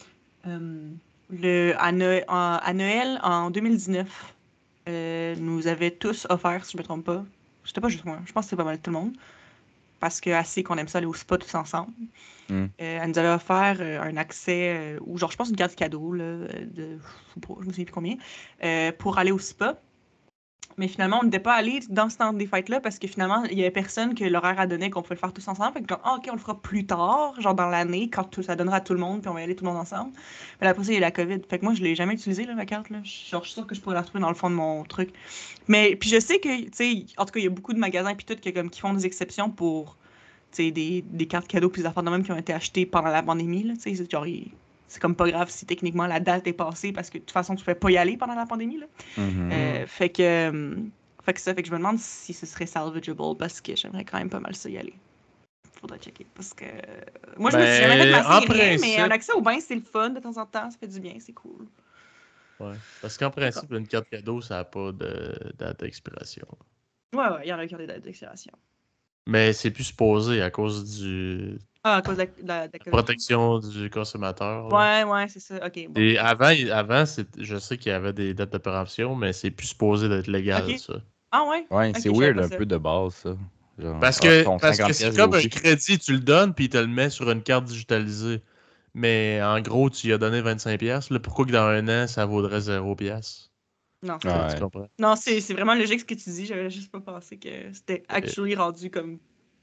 S2: euh, le, à, Noël, en, à Noël en deux mille dix-neuf, euh, nous avait tous offert, si je me trompe pas, c'était pas juste moi, je pense que c'est pas mal tout le monde, parce que assez qu'on aime ça aller au spa tous ensemble.
S3: Mm.
S2: Euh, elle nous avait offert euh, un accès, euh, ou genre, je pense une carte cadeau, là, de, je sais pas, je me souviens plus combien, euh, pour aller au spa. Mais finalement, on n'était pas allé dans ce temps des fêtes-là parce que finalement, il y avait personne que l'horaire a donné qu'on pouvait le faire tous ensemble. Fait que genre, ah, ok, on le fera plus tard, genre dans l'année, quand tout, ça donnera à tout le monde, puis on va y aller tout le monde ensemble. Mais après ça, il y a eu la COVID. Fait que moi, je l'ai jamais utilisé, là, ma carte. Là. Genre, je suis sûre que je pourrais la retrouver dans le fond de mon truc. Mais puis je sais que, tu sais, en tout cas, il y a beaucoup de magasins puis tout qui, comme, qui font des exceptions pour, tu sais, des, des cartes cadeaux puis des affaires de même qui ont été achetées pendant la pandémie, là. Tu sais, c'est genre, il- c'est comme pas grave si techniquement la date est passée parce que de toute façon, tu ne pouvais pas y aller pendant la pandémie, là.
S3: Mhm.
S2: Euh, fait que, euh, fait que ça, fait que je me demande si ce serait salvageable parce que j'aimerais quand même pas mal ça y aller. Faudrait checker parce que euh, moi je me suis jamais fait
S1: Ben, en
S2: masser ni rien, mais
S1: principe,
S2: un accès au bain c'est le fun de temps en temps, ça fait du bien, c'est cool.
S1: ouais. Parce qu'en principe, une carte cadeau, ça n'a pas de date d'expiration.
S2: Ouais, ouais, il y en a qui ont des dates d'expiration.
S1: Mais c'est plus supposé à cause du
S2: Ah, à cause de la, de la, de la COVID.
S1: protection du consommateur. Là.
S2: Ouais, ouais, c'est ça. Ok, bon.
S1: Et avant, il- avant c'est- je sais qu'il y avait des dates de péremption, mais c'est plus supposé d'être légal,
S2: Ok.
S1: ça.
S2: Ah ouais?
S3: Ouais,
S2: Ok,
S3: c'est
S2: je savais
S3: weird
S2: pas
S3: un
S2: ça.
S3: peu de base, ça. Genre,
S1: Parce
S3: ah,
S1: que
S3: ton
S1: parce que
S3: cinquante
S1: c'est
S3: pièces
S1: comme un
S3: gaucher.
S1: crédit, tu le donnes, puis il te le met sur une carte digitalisée. Mais en gros, tu lui as donné vingt-cinq pièces. Pourquoi que dans un an, ça vaudrait zéro pièce?
S2: Non, c'est
S3: Ouais.
S1: Tu comprends?
S2: non, c'est c'est vraiment logique ce que tu dis. J'avais juste pas pensé que c'était actually rendu comme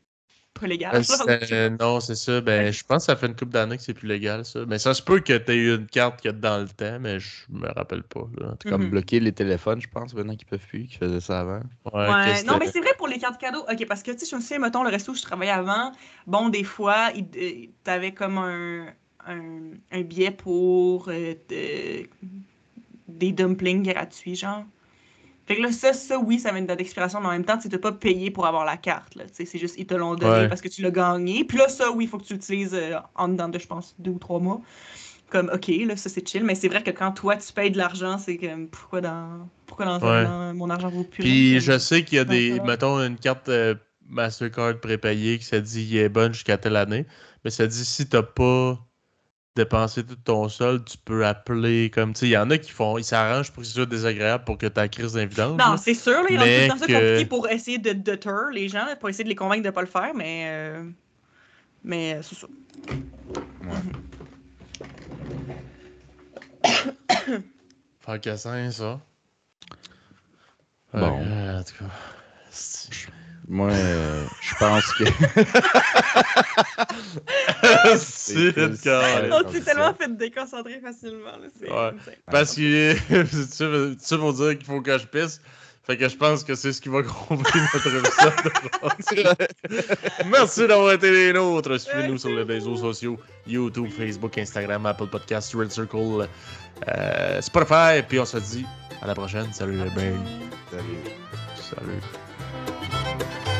S2: pas légal.
S1: Euh,
S2: Genre, je sais
S1: c'est-
S2: pas.
S1: non, c'est ça. Ben,
S2: Ok.
S1: je pense que ça fait une couple d'années que c'est plus légal, ça. Mais ça se peut que tu aies eu une carte qu'il y a dans le temps, mais je me rappelle pas. Là. En tout cas,
S3: Comme
S2: Mhm.
S3: bloquer les téléphones, je pense, maintenant qu'ils peuvent plus, qu'ils faisaient ça avant.
S1: ouais,
S2: Ouais,
S1: que
S2: non, mais
S1: c'était-
S2: c'est vrai pour les cartes cadeaux. OK, parce que, tu sais, je me souviens, mettons, le resto où je travaillais avant, bon, des fois, il- euh, t'avais comme un, un, un billet pour euh, de- des dumplings gratuits, genre. Fait que là, ça, ça, oui, ça avait une date d'expiration, mais en même temps, tu t'as pas payé pour avoir la carte, là. Tu sais, c'est juste, ils te l'ont donné
S1: Ouais.
S2: parce que tu l'as gagné. Puis là, ça, oui, il faut que tu l'utilises euh, en dedans de, je pense, deux ou trois mois. Comme, OK, là, ça, c'est chill. Mais c'est vrai que quand toi, tu payes de l'argent, c'est comme, pourquoi dans, pourquoi dans un
S1: Ouais.
S2: an, mon argent vaut plus rien?
S1: Puis
S2: Comme,
S1: je sais qu'il y a
S2: ouais,
S1: des.
S2: ça va.
S1: Mettons une carte euh, Mastercard prépayée qui ça dit qu'elle est bonne jusqu'à telle année. Mais ça dit si t'as pas dépensé tout ton solde, tu peux appeler comme. Tu sais, il y en a qui font. Ils s'arrangent pour que ce soit désagréable pour que ta crise d'invidence.
S2: Non,
S1: là.
S2: c'est sûr, là, ils rendent tout le
S1: Mais
S2: temps ça
S1: que.
S2: compliqué pour essayer de deter les gens, pour essayer de les convaincre de pas le faire, mais. euh, Mais euh, c'est ça.
S3: Ouais.
S1: Faire cassin, ça.
S3: Bon.
S1: Euh, en tout cas.
S3: Moi, euh, je pense que.
S2: c'est On s'est tellement fait déconcentrer facilement. Là, c'est...
S1: Ouais. Parce que tu sais pour dire qu'il faut que je pisse. Fait que je pense que c'est ce qui va conclure notre épisode. Merci d'avoir été les nôtres. Suivez-nous sur les réseaux sociaux YouTube, Facebook, Instagram, Apple Podcasts, Red Circle, euh, Spotify. Puis on se dit à la prochaine. Salut les bains.
S3: Salut.
S1: Salut.